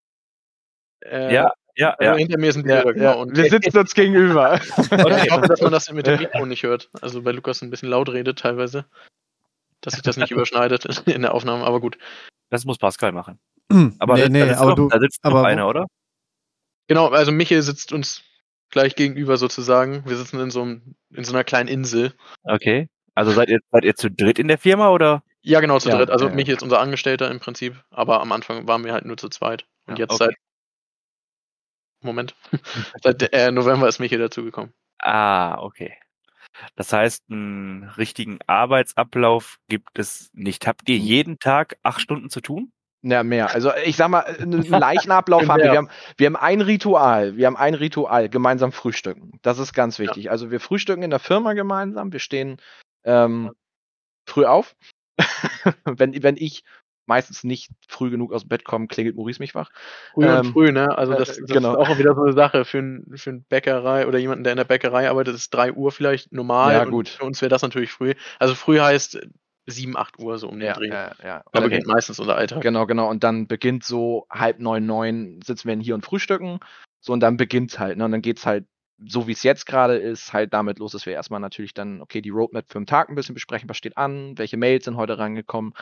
Speaker 1: Ja.
Speaker 3: Hinter mir sind Bilder, genau.
Speaker 2: Ja. Und wir sitzen uns gegenüber.
Speaker 3: Okay. Ich hoffe, dass man das mit dem Mikro nicht hört. Also bei Lukas ein bisschen laut redet teilweise. Dass sich das nicht überschneidet in der Aufnahme, aber gut.
Speaker 1: Das muss Pascal machen.
Speaker 2: Aber
Speaker 1: da sitzt noch einer, oder?
Speaker 3: Genau, also Michael sitzt uns gleich gegenüber sozusagen. Wir sitzen in so einer kleinen Insel.
Speaker 1: Okay. Also seid ihr zu dritt in der Firma, oder?
Speaker 3: Ja, genau, zu dritt. Also Michael ist unser Angestellter im Prinzip, aber am Anfang waren wir halt nur zu zweit. Und jetzt seit November ist Michael dazugekommen.
Speaker 1: Okay. Das heißt, einen richtigen Arbeitsablauf gibt es nicht. Habt ihr jeden Tag 8 Stunden zu tun?
Speaker 2: Ja, mehr. Also ich sag mal, einen leichten Ablauf haben wir. Wir haben ein Ritual. Gemeinsam frühstücken. Das ist ganz wichtig. Ja. Also wir frühstücken in der Firma gemeinsam. Wir stehen früh auf. wenn ich meistens nicht früh genug aus dem Bett komme, klingelt Maurice mich wach.
Speaker 3: Früh, ne? Also das ist auch wieder so eine Sache für eine Bäckerei oder jemanden, der in der Bäckerei arbeitet, ist 3 Uhr vielleicht normal.
Speaker 2: Ja, gut.
Speaker 3: Und für uns wäre das natürlich früh. Also früh heißt 7, 8 Uhr so um den Dreh.
Speaker 2: Ja.
Speaker 3: Da beginnt meistens unser Alltag.
Speaker 2: Genau. Und dann beginnt so 8:30, 9 sitzen wir hier und frühstücken. So, und dann beginnt's halt, ne? Und dann geht's halt, so wie es jetzt gerade ist, halt damit los, dass wir erstmal natürlich dann, okay, die Roadmap für den Tag ein bisschen besprechen, was steht an, welche Mails sind heute reingekommen,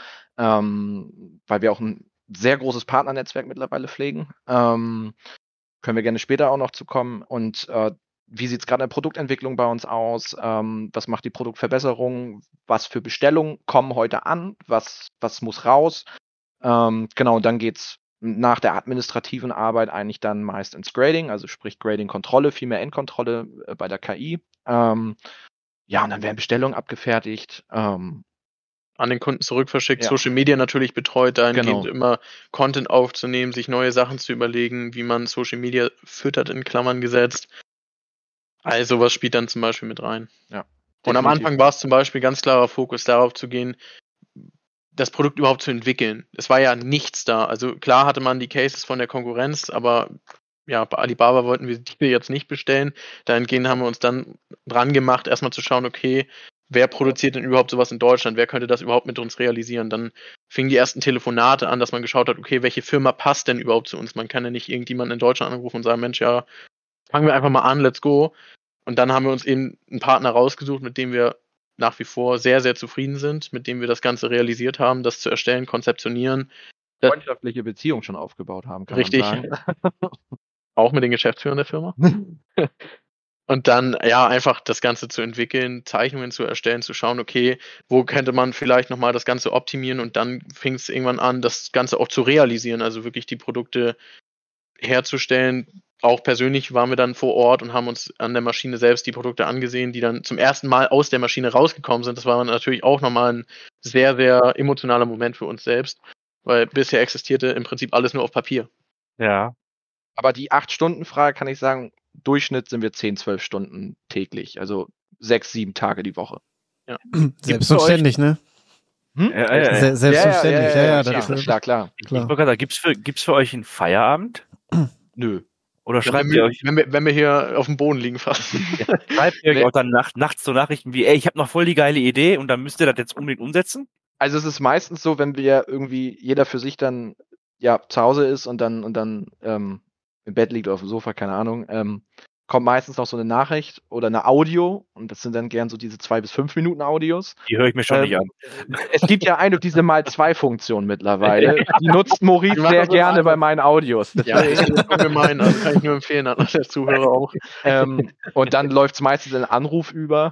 Speaker 2: weil wir auch ein sehr großes Partnernetzwerk mittlerweile pflegen. Können wir gerne später auch noch zu kommen. Und wie sieht es gerade in der Produktentwicklung bei uns aus? Was macht die Produktverbesserung? Was für Bestellungen kommen heute an? Was muss raus? Genau, und dann geht's nach der administrativen Arbeit eigentlich dann meist ins Grading, also sprich Grading-Kontrolle, viel mehr Endkontrolle bei der KI. Und dann werden Bestellungen abgefertigt.
Speaker 3: An den Kunden zurückverschickt,
Speaker 2: Ja.
Speaker 3: Social Media natürlich betreut, dahingehend
Speaker 2: Genau.
Speaker 3: immer Content aufzunehmen, sich neue Sachen zu überlegen, wie man Social Media füttert, in Klammern gesetzt. All sowas spielt dann zum Beispiel mit rein.
Speaker 2: Ja,
Speaker 3: Und am
Speaker 2: definitiv.
Speaker 3: Anfang war es zum Beispiel ganz klarer Fokus darauf zu gehen, das Produkt überhaupt zu entwickeln. Es war ja nichts da. Also klar hatte man die Cases von der Konkurrenz, aber ja, bei Alibaba wollten wir die jetzt nicht bestellen. Dahingehend haben wir uns dann dran gemacht, erstmal zu schauen, okay, wer produziert denn überhaupt sowas in Deutschland? Wer könnte das überhaupt mit uns realisieren? Dann fingen die ersten Telefonate an, dass man geschaut hat, okay, welche Firma passt denn überhaupt zu uns? Man kann ja nicht irgendjemanden in Deutschland anrufen und sagen, Mensch, ja, fangen wir einfach mal an, let's go. Und dann haben wir uns eben einen Partner rausgesucht, mit dem wir nach wie vor sehr, sehr zufrieden sind, mit dem wir das Ganze realisiert haben, das zu erstellen, konzeptionieren.
Speaker 2: Freundschaftliche Beziehung schon aufgebaut haben, kann
Speaker 3: Richtig.
Speaker 2: man sagen.
Speaker 3: Auch mit den Geschäftsführern der Firma. Und dann, ja, einfach das Ganze zu entwickeln, Zeichnungen zu erstellen, zu schauen, okay, wo könnte man vielleicht nochmal das Ganze optimieren, und dann fing es irgendwann an, das Ganze auch zu realisieren, also wirklich die Produkte herzustellen. Auch persönlich waren wir dann vor Ort und haben uns an der Maschine selbst die Produkte angesehen, die dann zum ersten Mal aus der Maschine rausgekommen sind. Das war natürlich auch nochmal ein sehr, sehr emotionaler Moment für uns selbst, weil bisher existierte im Prinzip alles nur auf Papier.
Speaker 1: Ja.
Speaker 2: Aber die 8-Stunden-Frage kann ich sagen, Durchschnitt sind wir 10, 12 Stunden täglich, also 6, 7 Tage die Woche.
Speaker 3: Ja.
Speaker 4: Selbstverständlich, ne? Selbstverständlich, ja,
Speaker 2: klar.
Speaker 1: Ich wollte gerade sagen, gibt's für euch einen Feierabend?
Speaker 2: Nö.
Speaker 1: Oder schreibt ihr euch,
Speaker 3: wenn wir hier auf dem Boden liegen fast.
Speaker 1: schreibt ihr euch auch dann nachts so Nachrichten wie, ey, ich habe noch voll die geile Idee und dann müsst ihr das jetzt unbedingt umsetzen?
Speaker 2: Also es ist meistens so, wenn wir irgendwie jeder für sich dann zu Hause ist und dann im Bett liegt oder auf dem Sofa, keine Ahnung, kommt meistens noch so eine Nachricht oder eine Audio, und das sind dann gern so diese 2 bis 5 Minuten Audios.
Speaker 1: Die höre ich mir schon nicht an.
Speaker 2: Es gibt ja diese Mal-2-Funktion mittlerweile. Die nutzt Maurice sehr gerne bei meinen Audios.
Speaker 3: Ja, das ist ungemein, also kann ich nur empfehlen an alle Zuhörer auch.
Speaker 2: Und dann läuft es meistens in Anruf über.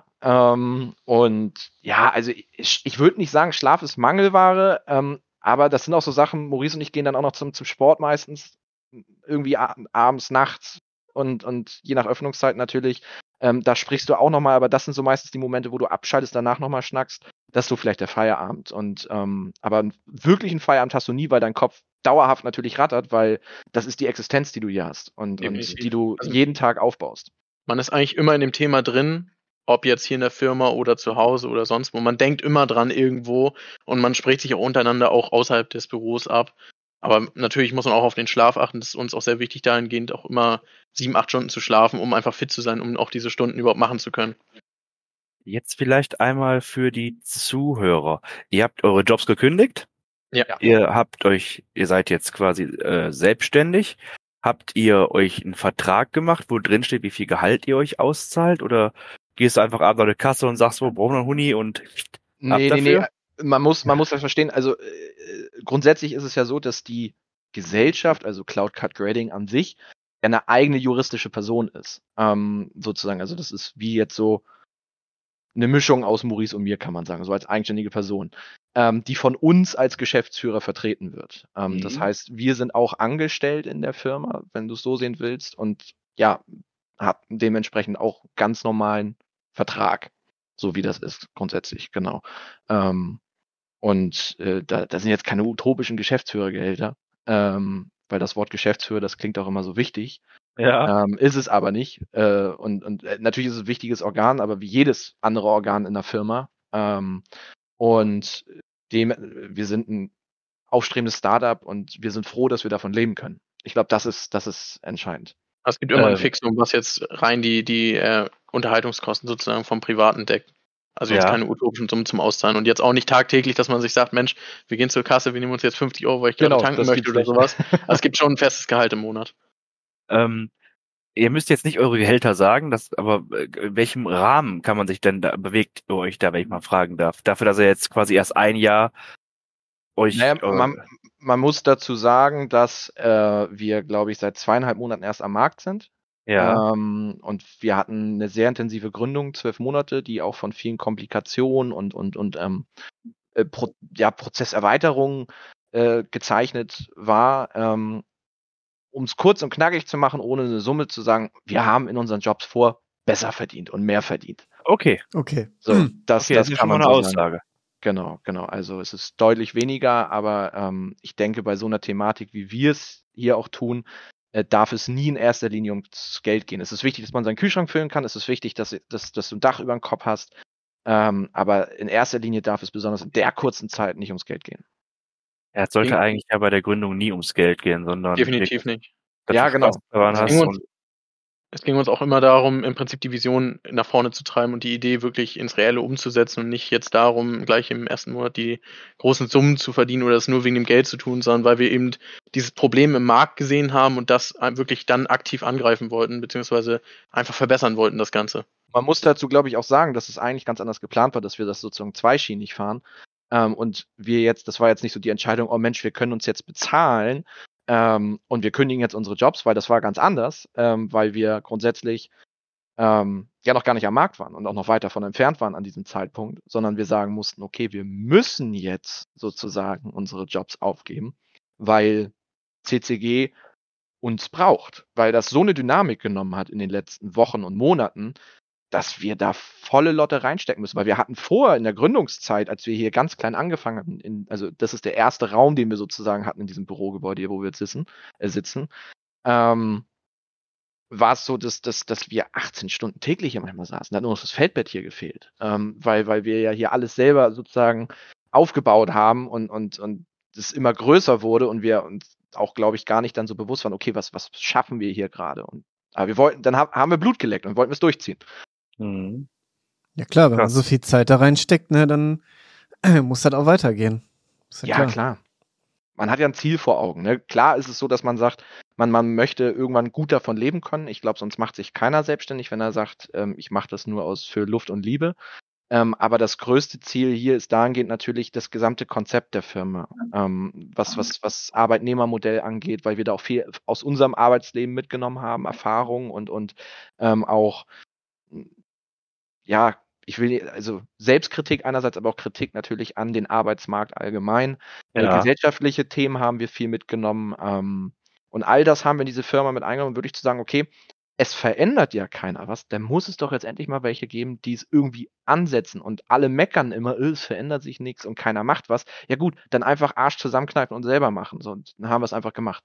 Speaker 2: Und ja, also ich würde nicht sagen, Schlaf ist Mangelware, aber das sind auch so Sachen, Maurice und ich gehen dann auch noch zum Sport meistens, irgendwie abends, nachts und je nach Öffnungszeit natürlich. Da sprichst du auch nochmal, aber das sind so meistens die Momente, wo du abschaltest, danach nochmal schnackst. Das ist so vielleicht der Feierabend. Aber wirklich einen Feierabend hast du nie, weil dein Kopf dauerhaft natürlich rattert, weil das ist die Existenz, die du hier hast und die du jeden Tag aufbaust.
Speaker 3: Man ist eigentlich immer in dem Thema drin, ob jetzt hier in der Firma oder zu Hause oder sonst wo. Man denkt immer dran irgendwo, und man spricht sich auch untereinander auch außerhalb des Büros ab. Aber natürlich muss man auch auf den Schlaf achten. Das ist uns auch sehr wichtig, dahingehend auch immer 7, 8 Stunden zu schlafen, um einfach fit zu sein, um auch diese Stunden überhaupt machen zu können.
Speaker 1: Jetzt vielleicht einmal für die Zuhörer. Ihr habt eure Jobs gekündigt.
Speaker 3: Ja.
Speaker 1: Ihr seid jetzt quasi selbstständig. Habt ihr euch einen Vertrag gemacht, wo drin steht, wie viel Gehalt ihr euch auszahlt? Oder gehst du einfach abends an die Kasse und sagst, wo brauchen wir einen Huni und
Speaker 2: Nee. Man muss das verstehen. Also grundsätzlich ist es ja so, dass die Gesellschaft, also Cloud Cut Grading an sich, eine eigene juristische Person ist. Sozusagen. Also das ist wie jetzt so eine Mischung aus Maurice und mir, kann man sagen, so als eigenständige Person, die von uns als Geschäftsführer vertreten wird. Das heißt, wir sind auch angestellt in der Firma, wenn du es so sehen willst, und ja, haben dementsprechend auch ganz normalen Vertrag, so wie das ist, grundsätzlich, genau. Und da sind jetzt keine utopischen Geschäftsführergehälter, weil das Wort Geschäftsführer, das klingt auch immer so wichtig.
Speaker 1: Ja.
Speaker 2: Ist es aber nicht. Und natürlich ist es ein wichtiges Organ, aber wie jedes andere Organ in der Firma. Und wir sind ein aufstrebendes Startup und wir sind froh, dass wir davon leben können. Ich glaube, das ist entscheidend.
Speaker 3: Es gibt immer ein Fixum, was jetzt rein die Unterhaltungskosten sozusagen vom Privaten deckt. Also jetzt keine utopischen Summen zum Auszahlen. Und jetzt auch nicht tagtäglich, dass man sich sagt, Mensch, wir gehen zur Kasse, wir nehmen uns jetzt 50 Euro, weil ich gerade tanken möchte oder sowas. Also es gibt schon ein festes Gehalt im Monat.
Speaker 1: Ihr müsst jetzt nicht eure Gehälter sagen, aber in welchem Rahmen kann man sich denn da bewegt ihr euch da, wenn ich mal fragen darf? Dafür, dass ihr jetzt quasi erst ein Jahr euch...
Speaker 2: Man muss dazu sagen, dass wir, glaube ich, seit 2,5 Monaten erst am Markt sind.
Speaker 1: Ja.
Speaker 2: Und wir hatten eine sehr intensive Gründung, 12 Monate, die auch von vielen Komplikationen und Prozesserweiterungen gezeichnet war. Um es kurz und knackig zu machen, ohne eine Summe zu sagen, wir haben in unseren Jobs besser verdient und mehr verdient.
Speaker 1: Okay.
Speaker 2: So, das
Speaker 1: ist
Speaker 2: kann
Speaker 1: schon
Speaker 2: man
Speaker 1: mal eine
Speaker 2: so
Speaker 1: Aussage.
Speaker 2: sagen. Genau. Also es ist deutlich weniger, aber ich denke, bei so einer Thematik, wie wir es hier auch tun, darf es nie in erster Linie ums Geld gehen. Es ist wichtig, dass man seinen Kühlschrank füllen kann. Es ist wichtig, dass du ein Dach über dem Kopf hast. Aber in erster Linie darf es besonders in der kurzen Zeit nicht ums Geld gehen.
Speaker 1: Ja, es sollte eigentlich ja bei der Gründung nie ums Geld gehen, sondern...
Speaker 3: Definitiv nicht.
Speaker 2: Ja, genau.
Speaker 3: Es ging uns auch immer darum, im Prinzip die Vision nach vorne zu treiben und die Idee wirklich ins Reelle umzusetzen und nicht jetzt darum, gleich im ersten Monat die großen Summen zu verdienen oder das nur wegen dem Geld zu tun, sondern weil wir eben dieses Problem im Markt gesehen haben und das wirklich dann aktiv angreifen wollten, beziehungsweise einfach verbessern wollten, das Ganze.
Speaker 2: Man muss dazu, glaube ich, auch sagen, dass es eigentlich ganz anders geplant war, dass wir das sozusagen zweischienig fahren. Und das war jetzt nicht so die Entscheidung, oh Mensch, wir können uns jetzt bezahlen, und wir kündigen jetzt unsere Jobs, weil das war ganz anders, weil wir grundsätzlich noch gar nicht am Markt waren und auch noch weit davon entfernt waren an diesem Zeitpunkt, sondern wir sagen mussten, okay, wir müssen jetzt sozusagen unsere Jobs aufgeben, weil CCG uns braucht, weil das so eine Dynamik genommen hat in den letzten Wochen und Monaten, dass wir da volle Lotte reinstecken müssen, weil wir hatten vorher in der Gründungszeit, als wir hier ganz klein angefangen hatten, also das ist der erste Raum, den wir sozusagen hatten in diesem Bürogebäude hier, wo wir jetzt sitzen, war es so, dass wir 18 Stunden täglich hier manchmal saßen. Da hat nur noch das Feldbett hier gefehlt, weil wir ja hier alles selber sozusagen aufgebaut haben und es immer größer wurde und wir uns auch, glaube ich, gar nicht dann so bewusst waren, okay, was schaffen wir hier gerade? Aber wir wollten, dann haben wir Blut geleckt und wollten es durchziehen.
Speaker 1: Mhm.
Speaker 4: Ja klar, wenn man so viel Zeit da reinsteckt, ne, dann muss das auch weitergehen.
Speaker 2: Ja, klar. Man hat ja ein Ziel vor Augen. Ne? Klar ist es so, dass man sagt, man möchte irgendwann gut davon leben können. Ich glaube, sonst macht sich keiner selbstständig, wenn er sagt, ich mache das nur für Luft und Liebe. Aber das größte Ziel hier ist dahingehend natürlich das gesamte Konzept der Firma, was Arbeitnehmermodell angeht, weil wir da auch viel aus unserem Arbeitsleben mitgenommen haben, Erfahrungen und auch also Selbstkritik einerseits, aber auch Kritik natürlich an den Arbeitsmarkt allgemein. Gesellschaftliche Themen haben wir viel mitgenommen, und all das haben wir in diese Firma mit eingenommen, wirklich zu sagen, okay, es verändert ja keiner was, dann muss es doch jetzt endlich mal welche geben, die es irgendwie ansetzen und alle meckern immer, es verändert sich nichts und keiner macht was. Ja gut, dann einfach Arsch zusammenkneifen und selber machen. So, und dann haben wir es einfach gemacht.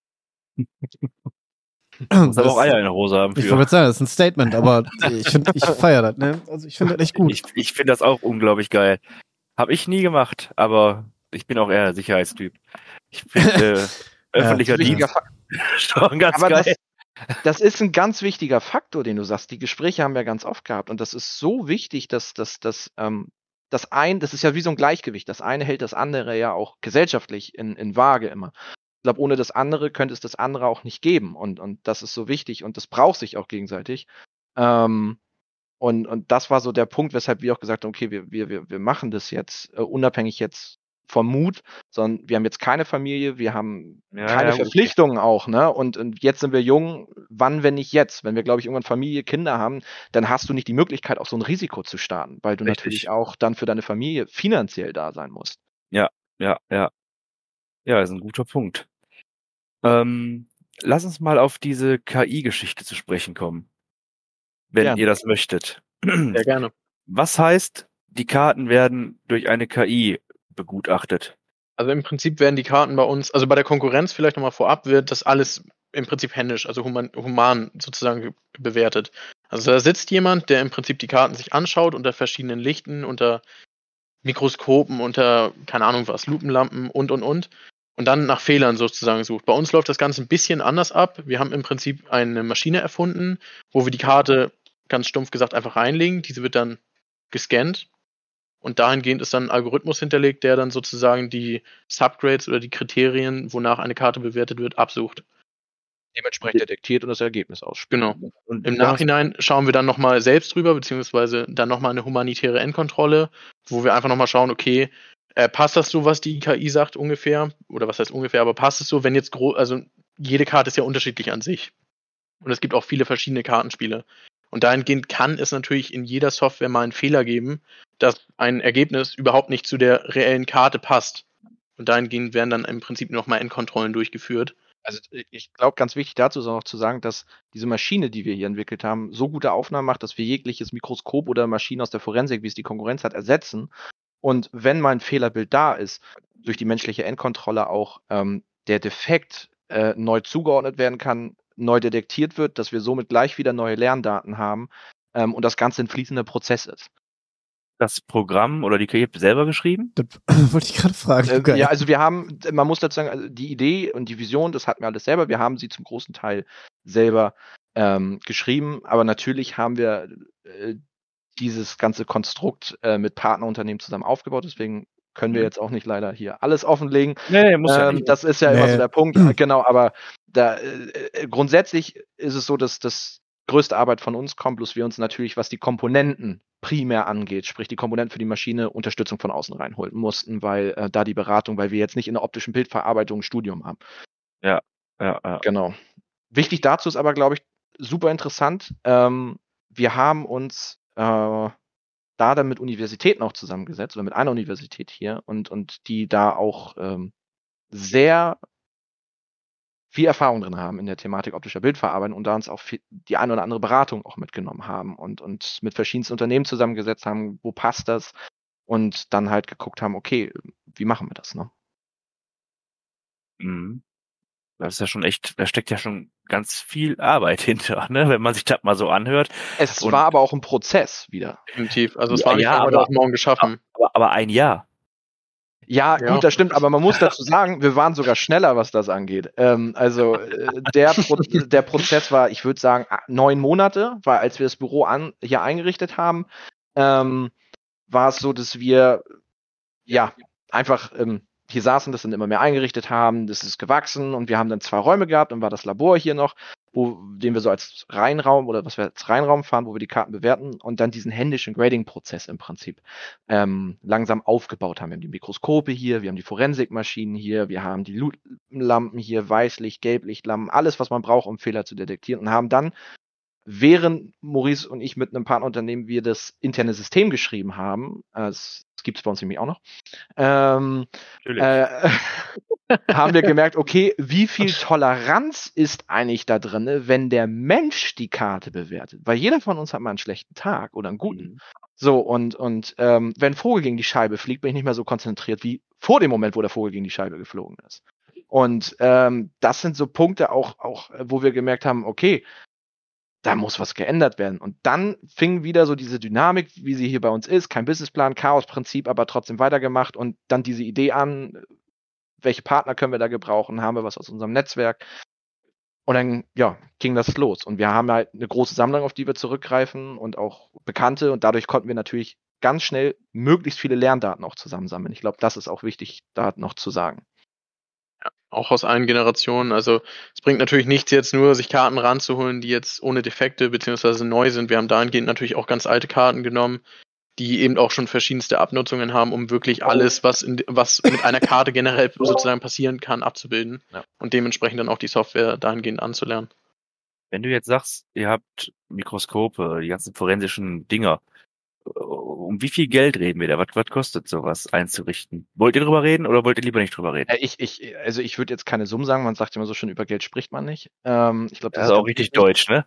Speaker 1: Muss aber auch Eier in der Hose haben.
Speaker 4: Ich wollte gerade sagen, das ist ein Statement, aber ich feiere das, ne? Also ich finde das echt gut.
Speaker 1: Ich finde das auch unglaublich geil. Habe ich nie gemacht, aber ich bin auch eher ein Sicherheitstyp. Ich finde öffentlicher Dienst schon ganz geil.
Speaker 2: Das ist ein ganz wichtiger Faktor, den du sagst. Die Gespräche haben wir ganz oft gehabt und das ist so wichtig, dass das ist ja wie so ein Gleichgewicht. Das eine hält das andere ja auch gesellschaftlich in Waage immer. Ich glaube, ohne das andere könnte es das andere auch nicht geben und das ist so wichtig und das braucht sich auch gegenseitig. Und das war so der Punkt, weshalb wir auch gesagt haben, okay, wir machen das jetzt unabhängig jetzt vom Mut, sondern wir haben jetzt keine Familie, wir haben keine Verpflichtungen auch, ne? Und jetzt sind wir jung, wann, wenn nicht jetzt? Wenn wir, glaube ich, irgendwann Familie, Kinder haben, dann hast du nicht die Möglichkeit, auch so ein Risiko zu starten, weil du natürlich auch dann für deine Familie finanziell da sein musst.
Speaker 1: Ja, ist ein guter Punkt. Lass uns mal auf diese KI-Geschichte zu sprechen kommen. Wenn ihr das möchtet.
Speaker 3: Sehr gerne.
Speaker 1: Was heißt, die Karten werden durch eine KI begutachtet?
Speaker 3: Also im Prinzip werden die Karten bei uns, also bei der Konkurrenz vielleicht nochmal vorab, wird das alles im Prinzip händisch, also human sozusagen bewertet. Also da sitzt jemand, der im Prinzip die Karten sich anschaut unter verschiedenen Lichten, unter Mikroskopen, unter, keine Ahnung was, Lupenlampen und dann nach Fehlern sozusagen sucht. Bei uns läuft das Ganze ein bisschen anders ab. Wir haben im Prinzip eine Maschine erfunden, wo wir die Karte, ganz stumpf gesagt, einfach reinlegen. Diese wird dann gescannt und dahingehend ist dann ein Algorithmus hinterlegt, der dann sozusagen die Subgrades oder die Kriterien, wonach eine Karte bewertet wird, absucht.
Speaker 2: Dementsprechend detektiert und das Ergebnis ausspielt.
Speaker 3: Genau. Und im Nachhinein schauen wir dann nochmal selbst drüber, beziehungsweise dann nochmal eine humanitäre Endkontrolle, wo wir einfach nochmal schauen, okay, passt das so, was die KI sagt ungefähr? Oder was heißt ungefähr, aber passt es so, wenn jetzt also jede Karte ist ja unterschiedlich an sich. Und es gibt auch viele verschiedene Kartenspiele. Und dahingehend kann es natürlich in jeder Software mal einen Fehler geben, dass ein Ergebnis überhaupt nicht zu der reellen Karte passt. Und dahingehend werden dann im Prinzip nochmal Endkontrollen durchgeführt.
Speaker 2: Also ich glaube, ganz wichtig dazu ist auch noch zu sagen, dass diese Maschine, die wir hier entwickelt haben, so gute Aufnahmen macht, dass wir jegliches Mikroskop oder Maschine aus der Forensik, wie es die Konkurrenz hat, ersetzen. Und wenn mal ein Fehlerbild da ist, durch die menschliche Endkontrolle auch der Defekt neu zugeordnet werden kann, neu detektiert wird, dass wir somit gleich wieder neue Lerndaten haben und das Ganze ein fließender Prozess ist.
Speaker 1: Das Programm oder die KI selber geschrieben?
Speaker 4: Das wollte ich gerade fragen.
Speaker 2: Ja, also man muss dazu sagen, also die Idee und die Vision, das hatten wir alles selber. Wir haben sie zum großen Teil selber geschrieben, aber natürlich haben wir dieses ganze Konstrukt mit Partnerunternehmen zusammen aufgebaut. Deswegen können wir jetzt auch nicht leider hier alles offenlegen.
Speaker 1: Nee, muss ja nicht.
Speaker 2: Das ist ja immer so der Punkt. Genau, aber da grundsätzlich ist es so, dass das größte Arbeit von uns kommt, bloß wir uns natürlich, was die Komponenten primär angeht, sprich die Komponenten für die Maschine, Unterstützung von außen reinholen mussten, weil da die Beratung, weil wir jetzt nicht in der optischen Bildverarbeitung ein Studium haben.
Speaker 1: Ja.
Speaker 2: Genau. Wichtig dazu ist aber, glaube ich, super interessant. Wir haben uns da dann mit Universitäten auch zusammengesetzt oder mit einer Universität hier und die da auch sehr viel Erfahrung drin haben in der Thematik optischer Bildverarbeitung und da uns auch die eine oder andere Beratung auch mitgenommen haben und mit verschiedensten Unternehmen zusammengesetzt haben, wo passt das und dann halt geguckt haben, okay, wie machen wir das, ne?
Speaker 1: Mhm. Das ist ja schon echt, da steckt ja schon ganz viel Arbeit hinter, ne, wenn man sich das mal so anhört.
Speaker 2: Es war aber auch ein Prozess wieder.
Speaker 3: Definitiv. Also es war nicht von heute auf morgen geschaffen.
Speaker 1: Aber ein Jahr.
Speaker 2: Ja, gut, das stimmt, aber man muss dazu sagen, wir waren sogar schneller, was das angeht. Der Prozess war, ich würde sagen, 9 Monate, weil als wir das Büro hier eingerichtet haben, war es so, dass wir einfach hier saßen, das dann immer mehr eingerichtet haben, das ist gewachsen und wir haben dann 2 Räume gehabt, dann war das Labor hier noch, den wir so als Reihenraum oder was wir als Reihenraum fahren, wo wir die Karten bewerten und dann diesen händischen Grading-Prozess im Prinzip langsam aufgebaut haben. Wir haben die Mikroskope hier, wir haben die Forensikmaschinen hier, wir haben die Lampen hier, Weißlicht, Gelblichtlampen, alles, was man braucht, um Fehler zu detektieren und haben dann, während Maurice und ich mit einem Partnerunternehmen wir das interne System geschrieben haben, das gibt es bei uns nämlich auch noch, haben wir gemerkt, okay, wie viel Toleranz ist eigentlich da drin, wenn der Mensch die Karte bewertet? Weil jeder von uns hat mal einen schlechten Tag oder einen guten. So, und wenn ein Vogel gegen die Scheibe fliegt, bin ich nicht mehr so konzentriert wie vor dem Moment, wo der Vogel gegen die Scheibe geflogen ist. Und das sind so Punkte auch, wo wir gemerkt haben, okay, da muss was geändert werden. Und dann fing wieder so diese Dynamik, wie sie hier bei uns ist, kein Businessplan, Chaosprinzip, aber trotzdem weitergemacht und dann diese Idee an, welche Partner können wir da gebrauchen, haben wir was aus unserem Netzwerk. Und dann, ging das los. Und wir haben halt eine große Sammlung, auf die wir zurückgreifen und auch Bekannte. Und dadurch konnten wir natürlich ganz schnell möglichst viele Lerndaten auch zusammensammeln. Ich glaube, das ist auch wichtig, da noch zu sagen.
Speaker 3: Ja, auch aus allen Generationen. Also es bringt natürlich nichts jetzt nur, sich Karten ranzuholen, die jetzt ohne Defekte beziehungsweise neu sind. Wir haben dahingehend natürlich auch ganz alte Karten genommen, die eben auch schon verschiedenste Abnutzungen haben, um wirklich alles, was mit einer Karte generell sozusagen passieren kann, abzubilden und dementsprechend dann auch die Software dahingehend anzulernen.
Speaker 1: Wenn du jetzt sagst, ihr habt Mikroskope, die ganzen forensischen Dinger, um wie viel Geld reden wir da? Was kostet sowas einzurichten? Wollt ihr drüber reden oder wollt ihr lieber nicht drüber reden?
Speaker 2: Ich würde jetzt keine Summen sagen, man sagt immer so schön, über Geld spricht man nicht. Ich glaube,
Speaker 1: das ist auch richtig deutsch, ne?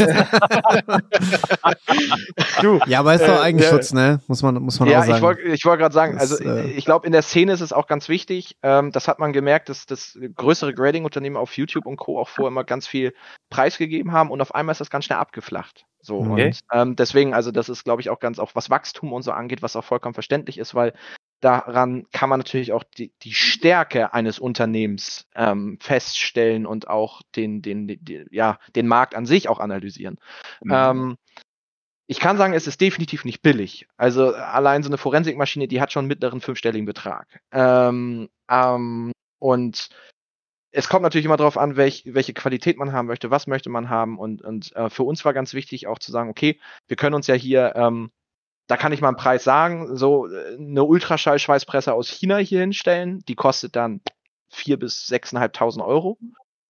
Speaker 4: Ja, aber ist doch Eigenschutz, ne? Muss man auch sagen.
Speaker 2: Ja, ich wollte gerade sagen, ich glaube, in der Szene ist es auch ganz wichtig, das hat man gemerkt, dass das größere Grading-Unternehmen auf YouTube und Co. auch vorher immer ganz viel preisgegeben haben und auf einmal ist das ganz schnell abgeflacht. So,
Speaker 1: okay.
Speaker 2: Und deswegen, also das ist, glaube ich, auch ganz, auch was Wachstum und so angeht, was auch vollkommen verständlich ist, weil daran kann man natürlich auch die Stärke eines Unternehmens feststellen und auch den Markt an sich auch analysieren. Ich kann sagen, es ist definitiv nicht billig. Also allein so eine Forensikmaschine, die hat schon einen mittleren fünfstelligen Betrag. Und es kommt natürlich immer darauf an, welche Qualität man haben möchte, was möchte man haben. Und für uns war ganz wichtig auch zu sagen, okay, wir können uns ja hier, da kann ich mal einen Preis sagen, so eine Ultraschallschweißpresse aus China hier hinstellen, die kostet dann 4.000 bis 6.500 Euro.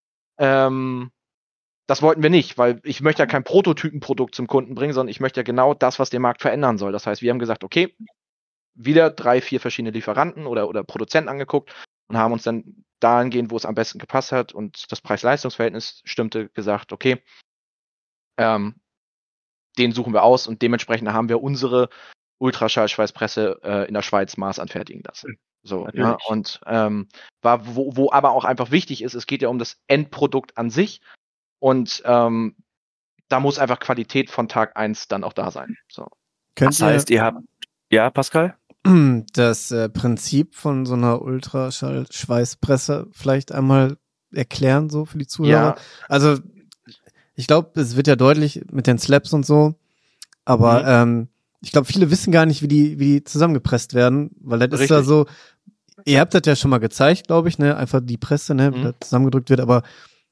Speaker 2: Das wollten wir nicht, weil ich möchte ja kein Prototypenprodukt zum Kunden bringen, sondern ich möchte ja genau das, was den Markt verändern soll. Das heißt, wir haben gesagt, okay, wieder 3, 4 verschiedene Lieferanten oder Produzenten angeguckt und haben uns dann dahingehend, wo es am besten gepasst hat und das Preis-Leistungs-Verhältnis stimmte, gesagt, okay, den suchen wir aus und dementsprechend haben wir unsere Ultraschallschweißpresse in der Schweiz maßanfertigen lassen. So, ja, und wo aber auch einfach wichtig ist, es geht ja um das Endprodukt an sich. Und da muss einfach Qualität von Tag 1 dann auch da sein. So.
Speaker 1: Das heißt, ihr habt... Ja, Pascal?
Speaker 4: Das Prinzip von so einer Ultraschallschweißpresse vielleicht einmal erklären, so für die Zuhörer. Ja. Also, ich glaube, es wird ja deutlich mit den Slaps und so, aber ich glaube, viele wissen gar nicht, wie die zusammengepresst werden, weil das ist da so, ihr habt das ja schon mal gezeigt, glaube ich, ne, einfach die Presse, ne, wie das zusammengedrückt wird, aber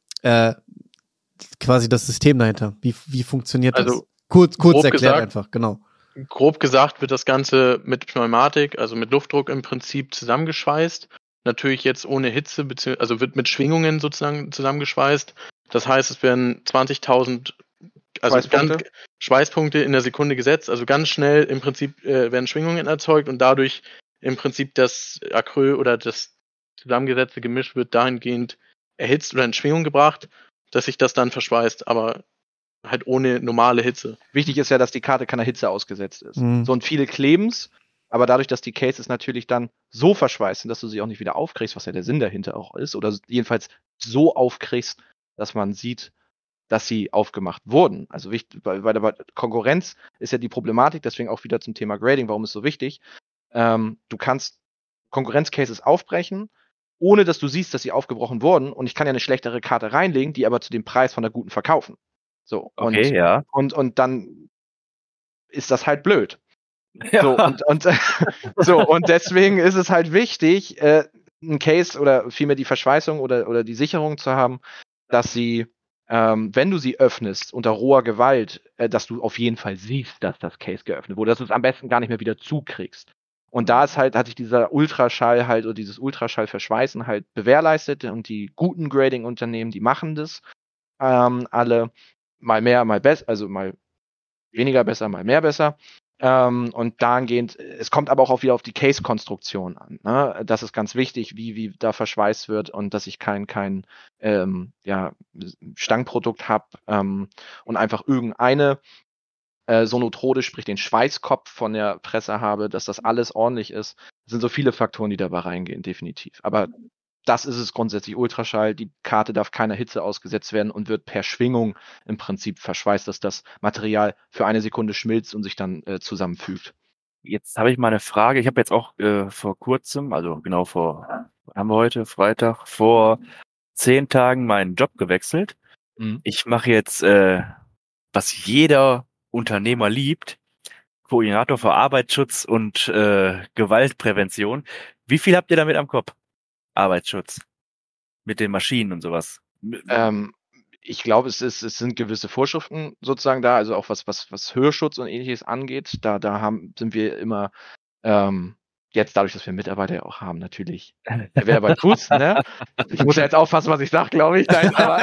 Speaker 4: quasi das System dahinter. Wie funktioniert das? Kurz erklärt gesagt, einfach, genau.
Speaker 3: Grob gesagt wird das Ganze mit Pneumatik, also mit Luftdruck im Prinzip zusammengeschweißt. Natürlich jetzt ohne Hitze, also wird mit Schwingungen sozusagen zusammengeschweißt. Das heißt, es werden 20.000 Schweißpunkte in der Sekunde gesetzt. Also ganz schnell im Prinzip werden Schwingungen erzeugt und dadurch im Prinzip das Acryl oder das zusammengesetzte Gemisch wird dahingehend erhitzt oder in Schwingung gebracht, dass sich das dann verschweißt, aber halt ohne normale Hitze.
Speaker 2: Wichtig ist ja, dass die Karte keiner Hitze ausgesetzt ist. So, und viele kleben's, aber dadurch, dass die Cases natürlich dann so verschweißt sind, dass du sie auch nicht wieder aufkriegst, was ja der Sinn dahinter auch ist, oder jedenfalls so aufkriegst, dass man sieht, dass sie aufgemacht wurden. Also wichtig, bei der Konkurrenz ist ja die Problematik, deswegen auch wieder zum Thema Grading, warum ist so wichtig. Du kannst Konkurrenzcases aufbrechen, ohne dass du siehst, dass sie aufgebrochen wurden, und ich kann ja eine schlechtere Karte reinlegen, die aber zu dem Preis von der guten verkaufen. So,
Speaker 1: okay, ja.
Speaker 2: Und dann ist das halt blöd. Ja. So, und deswegen ist es halt wichtig, ein Case oder vielmehr die Verschweißung oder die Sicherung zu haben, dass sie, wenn du sie öffnest unter roher Gewalt, dass du auf jeden Fall siehst, dass das Case geöffnet wurde, dass du es am besten gar nicht mehr wieder zukriegst. Und da ist halt, hat sich dieser Ultraschall halt oder dieses Ultraschallverschweißen halt bewährleistet, und die guten Grading-Unternehmen, die machen das alle mal mehr, mal besser, also mal weniger besser, mal mehr besser. Und dahingehend, es kommt aber auch wieder auf die Case-Konstruktion an. Ne? Das ist ganz wichtig, wie da verschweißt wird, und dass ich kein Stangprodukt habe und einfach irgendeine Sonotrode, sprich den Schweißkopf von der Presse habe, dass das alles ordentlich ist. Es sind so viele Faktoren, die dabei reingehen, definitiv. Aber das ist es grundsätzlich, Ultraschall. Die Karte darf keiner Hitze ausgesetzt werden und wird per Schwingung im Prinzip verschweißt, dass das Material für eine Sekunde schmilzt und sich dann zusammenfügt.
Speaker 1: Jetzt habe ich mal eine Frage. Ich habe jetzt auch vor kurzem, also genau haben wir heute, Freitag, vor 10 Tagen meinen Job gewechselt. Ich mache jetzt, was jeder Unternehmer liebt, Koordinator für Arbeitsschutz und Gewaltprävention. Wie viel habt ihr damit am Kopf? Arbeitsschutz. Mit den Maschinen und sowas.
Speaker 2: Ich glaube, es sind gewisse Vorschriften sozusagen da, also auch was Hörschutz und ähnliches angeht. Da sind wir immer jetzt dadurch, dass wir Mitarbeiter ja auch haben, natürlich. Wer aber tut's, ne? Ich muss ja jetzt aufpassen, was ich sage, glaube ich.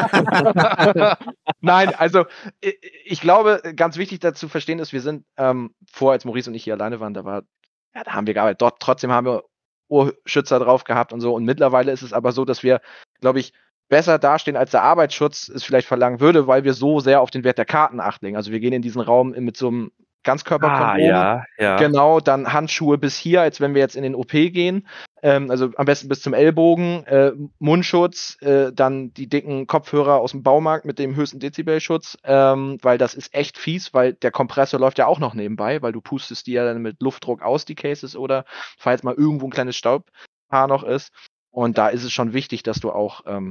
Speaker 2: Nein, also ich glaube, ganz wichtig dazu verstehen ist, wir sind als Maurice und ich hier alleine waren, da haben wir gearbeitet. Dort trotzdem haben wir Ohrschützer drauf gehabt und so. Und mittlerweile ist es aber so, dass wir, glaube ich, besser dastehen, als der Arbeitsschutz es vielleicht verlangen würde, weil wir so sehr auf den Wert der Karten Acht legen. Also wir gehen in diesen Raum mit so einem Ganzkörperkondom.
Speaker 1: Ja.
Speaker 2: Genau, dann Handschuhe bis hier, als wenn wir jetzt in den OP gehen. Also am besten bis zum Ellbogen, Mundschutz, dann die dicken Kopfhörer aus dem Baumarkt mit dem höchsten Dezibelschutz, weil das ist echt fies, weil der Kompressor läuft ja auch noch nebenbei, weil du pustest die ja dann mit Luftdruck aus, die Cases, oder falls mal irgendwo ein kleines Staubhaar noch ist. Und da ist es schon wichtig, dass du auch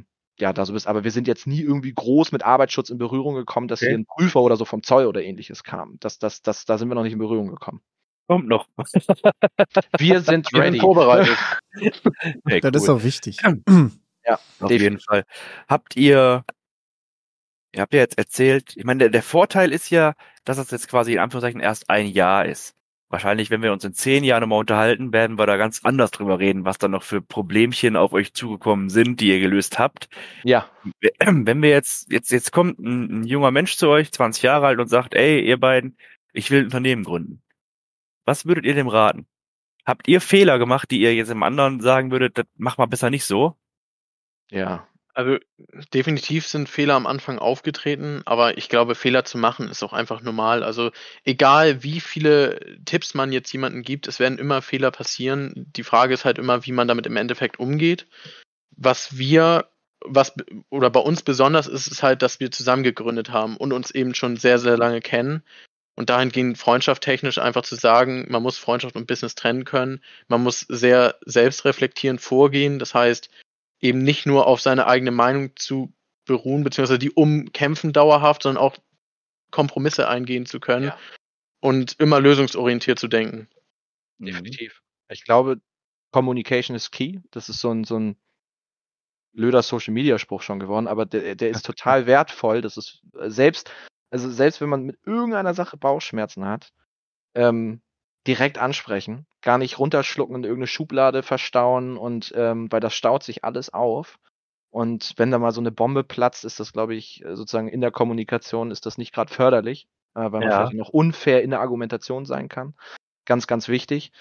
Speaker 2: ja, da so bist. Aber wir sind jetzt nie irgendwie groß mit Arbeitsschutz in Berührung gekommen, dass hier ein Prüfer oder so vom Zoll oder ähnliches kam. Da sind wir noch nicht in Berührung gekommen.
Speaker 1: Kommt noch.
Speaker 2: Wir sind ready.
Speaker 3: Vorbereitet.
Speaker 1: Hey,
Speaker 4: Das ist
Speaker 1: cool.
Speaker 4: auch wichtig.
Speaker 2: Ja,
Speaker 1: Auf jeden Fall. Ihr habt ja jetzt erzählt, ich meine, der Vorteil ist ja, dass es jetzt quasi in Anführungszeichen erst ein Jahr ist. Wahrscheinlich, wenn wir uns in 10 Jahren nochmal unterhalten, werden wir da ganz anders drüber reden, was da noch für Problemchen auf euch zugekommen sind, die ihr gelöst habt.
Speaker 2: Ja.
Speaker 1: Wenn wir jetzt kommt ein junger Mensch zu euch, 20 Jahre alt und sagt, ey, ihr beiden, ich will ein Unternehmen gründen. Was würdet ihr dem raten? Habt ihr Fehler gemacht, die ihr jetzt im anderen sagen würdet, das mach mal besser nicht so?
Speaker 2: Ja.
Speaker 3: Also definitiv sind Fehler am Anfang aufgetreten, aber ich glaube, Fehler zu machen ist auch einfach normal. Also egal wie viele Tipps man jetzt jemandem gibt, es werden immer Fehler passieren. Die Frage ist halt immer, wie man damit im Endeffekt umgeht. Was bei uns besonders ist halt, dass wir zusammen gegründet haben und uns eben schon sehr, sehr lange kennen. Und dahingehend freundschaftstechnisch einfach zu sagen, man muss Freundschaft und Business trennen können. Man muss sehr selbstreflektierend vorgehen. Das heißt, eben nicht nur auf seine eigene Meinung zu beruhen, beziehungsweise die umkämpfen dauerhaft, sondern auch Kompromisse eingehen zu können und immer lösungsorientiert zu denken.
Speaker 2: Definitiv. Ich glaube, Communication is key. Das ist so ein blöder Social-Media-Spruch schon geworden, aber der ist total wertvoll. Das ist selbst wenn man mit irgendeiner Sache Bauchschmerzen hat, direkt ansprechen, gar nicht runterschlucken in irgendeine Schublade verstauen und weil das staut sich alles auf. Und wenn da mal so eine Bombe platzt, ist das, glaube ich, sozusagen in der Kommunikation ist das nicht gerade förderlich, weil man vielleicht noch unfair in der Argumentation sein kann. Ganz, ganz wichtig.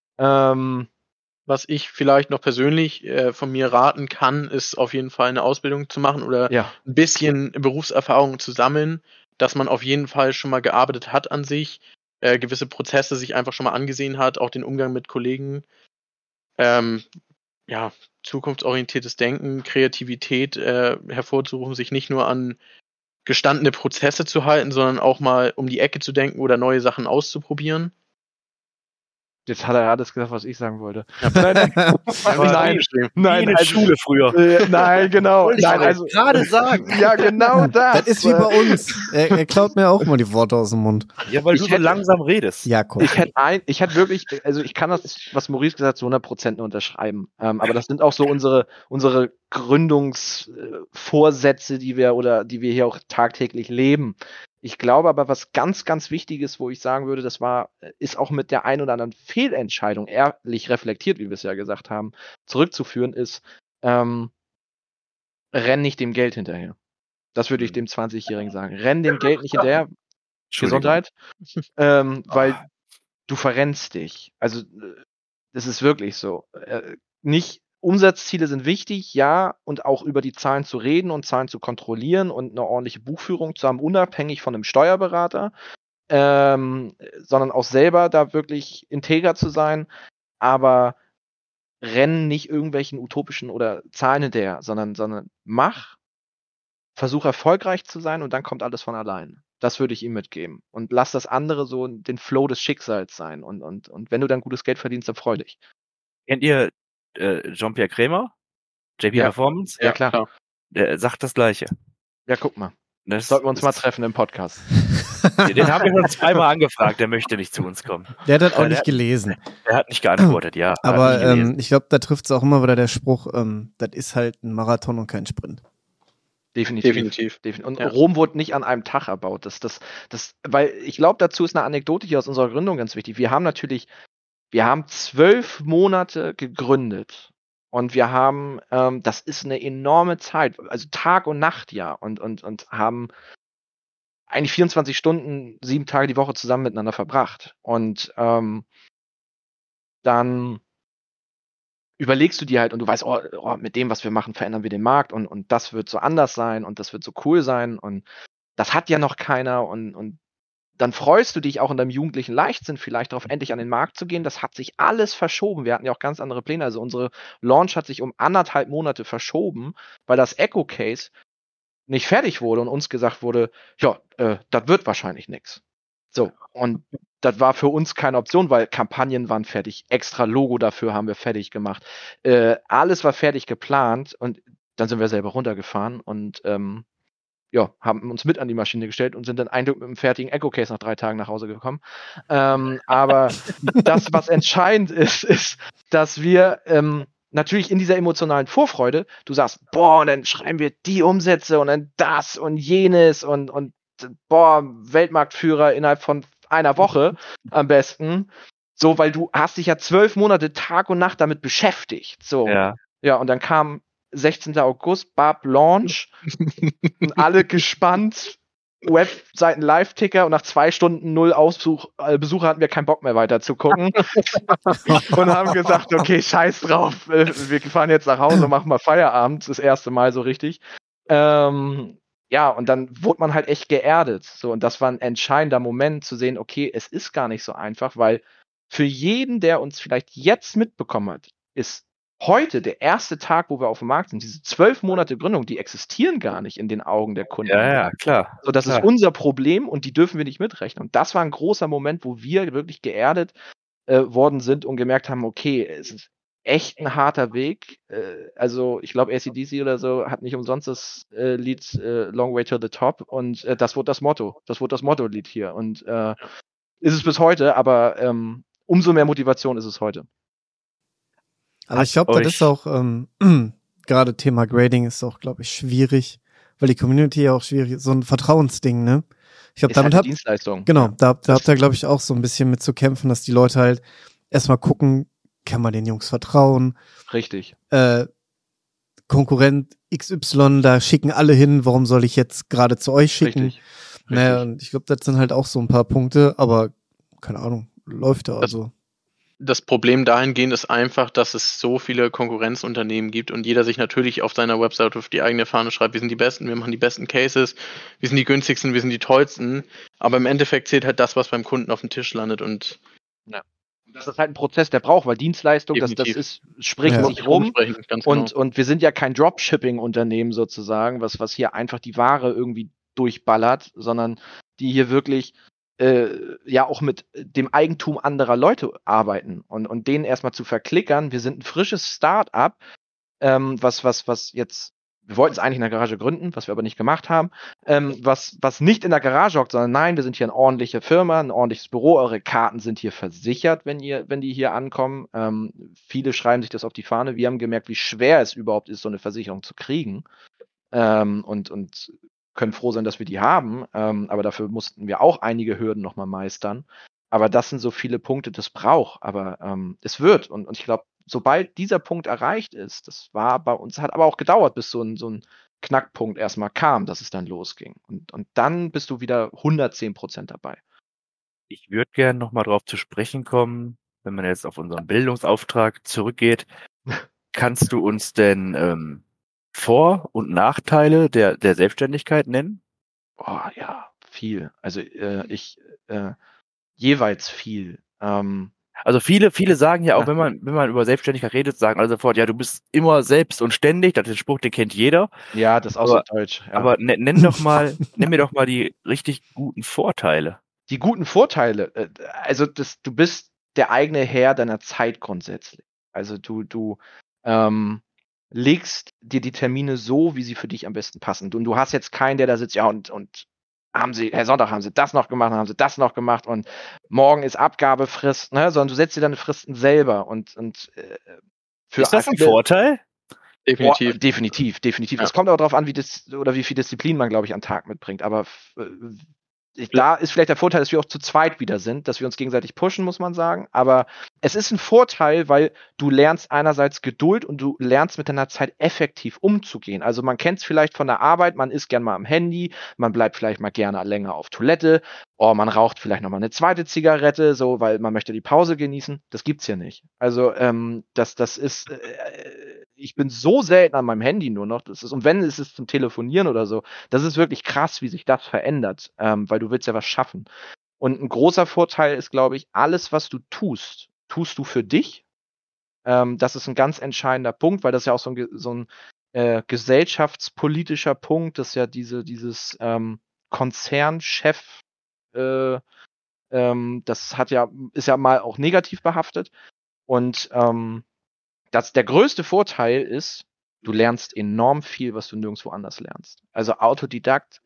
Speaker 3: Was ich vielleicht noch persönlich von mir raten kann, ist auf jeden Fall eine Ausbildung zu machen oder ein bisschen Berufserfahrung zu sammeln, dass man auf jeden Fall schon mal gearbeitet hat an sich, gewisse Prozesse sich einfach schon mal angesehen hat, auch den Umgang mit Kollegen, zukunftsorientiertes Denken, Kreativität hervorzurufen, sich nicht nur an gestandene Prozesse zu halten, sondern auch mal um die Ecke zu denken oder neue Sachen auszuprobieren.
Speaker 2: Jetzt hat er alles gesagt, was ich sagen wollte.
Speaker 1: Nein, Schule früher.
Speaker 2: Nein, genau. Nein, also
Speaker 4: gerade sagen.
Speaker 2: Ja, genau das.
Speaker 4: Das ist wie bei uns. Er klaut mir auch mal die Worte aus dem Mund.
Speaker 1: Ja, weil du so langsam redest.
Speaker 4: Ja, komm.
Speaker 2: Ich hätte wirklich, also ich kann das, was Maurice gesagt hat, zu 100% nur unterschreiben. Aber das sind auch so unsere Gründungsvorsätze, die wir hier auch tagtäglich leben. Ich glaube aber, was ganz, ganz wichtig ist, wo ich sagen würde, ist auch mit der ein oder anderen Fehlentscheidung ehrlich reflektiert, wie wir es ja gesagt haben, zurückzuführen ist, renn nicht dem Geld hinterher. Das würde ich dem 20-Jährigen sagen. Renn dem Geld nicht hinterher. Gesundheit. Weil du verrennst dich. Also, das ist wirklich so. Umsatzziele sind wichtig, ja, und auch über die Zahlen zu reden und Zahlen zu kontrollieren und eine ordentliche Buchführung zu haben, unabhängig von einem Steuerberater, sondern auch selber da wirklich integer zu sein, aber rennen nicht irgendwelchen utopischen oder Zahlen hinterher, sondern versuch erfolgreich zu sein und dann kommt alles von allein. Das würde ich ihm mitgeben. Und lass das andere so den Flow des Schicksals sein. Und wenn du dann gutes Geld verdienst, dann freu dich.
Speaker 1: Kennt ihr Jean-Pierre Krämer? JP Performance?
Speaker 2: Ja, klar.
Speaker 1: Der sagt das Gleiche.
Speaker 2: Ja, guck mal. Sollten wir uns mal treffen im Podcast.
Speaker 1: Den haben wir schon zweimal angefragt, der möchte nicht zu uns kommen.
Speaker 4: Der hat das auch nicht gelesen.
Speaker 1: Er hat nicht geantwortet, ja.
Speaker 4: Aber ich glaube, da trifft es auch immer wieder der Spruch, das ist halt ein Marathon und kein Sprint.
Speaker 2: Definitiv. Und Rom wurde nicht an einem Tag erbaut. Weil ich glaube, dazu ist eine Anekdote hier aus unserer Gründung ganz wichtig. Wir haben 12 Monate gegründet. Und wir haben, das ist eine enorme Zeit, also Tag und Nacht, ja, und haben eigentlich 24 Stunden, 7 Tage die Woche zusammen miteinander verbracht. Und dann überlegst du dir halt und du weißt, mit dem, was wir machen, verändern wir den Markt und das wird so anders sein und das wird so cool sein und das hat ja noch keiner und dann freust du dich auch in deinem jugendlichen Leichtsinn vielleicht darauf, endlich an den Markt zu gehen. Das hat sich alles verschoben. Wir hatten ja auch ganz andere Pläne. Also unsere Launch hat sich um 1,5 Monate verschoben, weil das Echo Case nicht fertig wurde und uns gesagt wurde, das wird wahrscheinlich nichts. So, und das war für uns keine Option, weil Kampagnen waren fertig, extra Logo dafür haben wir fertig gemacht. Alles war fertig geplant und dann sind wir selber runtergefahren und haben uns mit an die Maschine gestellt und sind dann eindeutig mit einem fertigen Echo-Case nach 3 Tagen nach Hause gekommen. Aber das, was entscheidend ist, dass wir natürlich in dieser emotionalen Vorfreude, du sagst, boah, und dann schreiben wir die Umsätze und dann das und jenes und boah, Weltmarktführer innerhalb von einer Woche am besten. So, weil du hast dich ja 12 Monate Tag und Nacht damit beschäftigt. So. Ja, und dann kam 16. August, Bab Launch und alle gespannt, Webseiten Live-Ticker und nach 2 Stunden 0 Besucher hatten wir keinen Bock mehr weiter zu gucken und haben gesagt, okay, scheiß drauf, wir fahren jetzt nach Hause, machen mal Feierabend, das erste Mal so richtig. Und dann wurde man halt echt geerdet. So, und das war ein entscheidender Moment zu sehen, okay, es ist gar nicht so einfach, weil für jeden, der uns vielleicht jetzt mitbekommen hat, ist heute der erste Tag, wo wir auf dem Markt sind. Diese 12 Monate Gründung, die existieren gar nicht in den Augen der Kunden.
Speaker 1: Ja, klar.
Speaker 2: So, das ist unser Problem und die dürfen wir nicht mitrechnen. Und das war ein großer Moment, wo wir wirklich geerdet worden sind und gemerkt haben, okay, es ist echt ein harter Weg. Also ich glaube, AC/DC oder so hat nicht umsonst das Lied Long Way to the Top und das wurde das Motto. Das wurde das Motto-Lied hier. Und ist es bis heute, aber umso mehr Motivation ist es heute.
Speaker 4: Aber ich glaube, das ist auch, gerade Thema Grading ist auch, glaube ich, schwierig, weil die Community ja auch schwierig ist. So ein Vertrauensding, ne? Ich glaube, damit
Speaker 2: halt Dienstleistung.
Speaker 4: Genau, da habt ihr, glaube ich, auch so ein bisschen mit zu kämpfen, dass die Leute halt erstmal gucken, kann man den Jungs vertrauen?
Speaker 2: Richtig.
Speaker 4: Konkurrent XY, da schicken alle hin, warum soll ich jetzt gerade zu euch schicken?
Speaker 2: Richtig.
Speaker 4: Naja, und ich glaube, das sind halt auch so ein paar Punkte, aber keine Ahnung, läuft da also.
Speaker 3: Das Problem dahingehend ist einfach, dass es so viele Konkurrenzunternehmen gibt und jeder sich natürlich auf seiner Website auf die eigene Fahne schreibt, wir sind die Besten, wir machen die besten Cases, wir sind die günstigsten, wir sind die tollsten, aber im Endeffekt zählt halt das, was beim Kunden auf dem Tisch landet und
Speaker 2: das ist halt ein Prozess, der braucht, weil Dienstleistung, das spricht sich rum und wir sind ja kein Dropshipping-Unternehmen sozusagen, was hier einfach die Ware irgendwie durchballert, sondern die hier wirklich auch mit dem Eigentum anderer Leute arbeiten und denen erstmal zu verklickern. Wir sind ein frisches Start-up, was jetzt, wir wollten es eigentlich in der Garage gründen, was wir aber nicht gemacht haben, was nicht in der Garage hockt, sondern nein, wir sind hier eine ordentliche Firma, ein ordentliches Büro, eure Karten sind hier versichert, wenn die hier ankommen. Viele schreiben sich das auf die Fahne. Wir haben gemerkt, wie schwer es überhaupt ist, so eine Versicherung zu kriegen. Und können froh sein, dass wir die haben, aber dafür mussten wir auch einige Hürden nochmal meistern. Aber das sind so viele Punkte, das braucht, aber es wird. Und ich glaube, sobald dieser Punkt erreicht ist, das war bei uns, hat aber auch gedauert, bis so ein Knackpunkt erstmal kam, dass es dann losging. Und dann bist du wieder 110% dabei.
Speaker 1: Ich würde gerne nochmal drauf zu sprechen kommen, wenn man jetzt auf unseren Bildungsauftrag zurückgeht. Kannst du uns denn Vor- und Nachteile der Selbstständigkeit nennen?
Speaker 2: Oh ja, viel. Also jeweils viel.
Speaker 1: Also viele sagen ja auch, wenn man über Selbstständigkeit redet, sagen alle sofort, ja, du bist immer selbst und ständig. Das ist ein Spruch, den kennt jeder.
Speaker 2: Ja, das ist auch so deutsch. Ja.
Speaker 1: Aber nenn mir doch mal die richtig guten Vorteile.
Speaker 2: Die guten Vorteile, also du bist der eigene Herr deiner Zeit grundsätzlich. Also du legst dir die Termine so, wie sie für dich am besten passen. Und du hast jetzt keinen, der da sitzt, ja, und Herr Sonntag haben sie das noch gemacht, haben sie das noch gemacht und morgen ist Abgabefrist, ne? Sondern du setzt dir deine Fristen selber und für
Speaker 1: ist das ein Vorteil?
Speaker 3: Definitiv.
Speaker 2: Definitiv. Ja. Es kommt auch darauf an, wie viel Disziplin man, glaube ich, an den Tag mitbringt. Aber da ist vielleicht der Vorteil, dass wir auch zu zweit wieder sind, dass wir uns gegenseitig pushen, muss man sagen. Aber es ist ein Vorteil, weil du lernst einerseits Geduld und du lernst mit deiner Zeit effektiv umzugehen. Also man kennt es vielleicht von der Arbeit, man ist gern mal am Handy, man bleibt vielleicht mal gerne länger auf Toilette, man raucht vielleicht noch mal eine zweite Zigarette, so, weil man möchte die Pause genießen. Das gibt's hier nicht. Also das ist ich bin so selten an meinem Handy nur noch. Und wenn es ist zum Telefonieren oder so, das ist wirklich krass, wie sich das verändert, weil du willst ja was schaffen. Und ein großer Vorteil ist, glaube ich, alles, was du tust du für dich. Das ist ein ganz entscheidender Punkt, weil das ja auch so ein gesellschaftspolitischer Punkt, das ist ja dieses Konzernchef, das ist ja mal auch negativ behaftet. Und der größte Vorteil ist, du lernst enorm viel, was du nirgendwo anders lernst. Also Autodidakt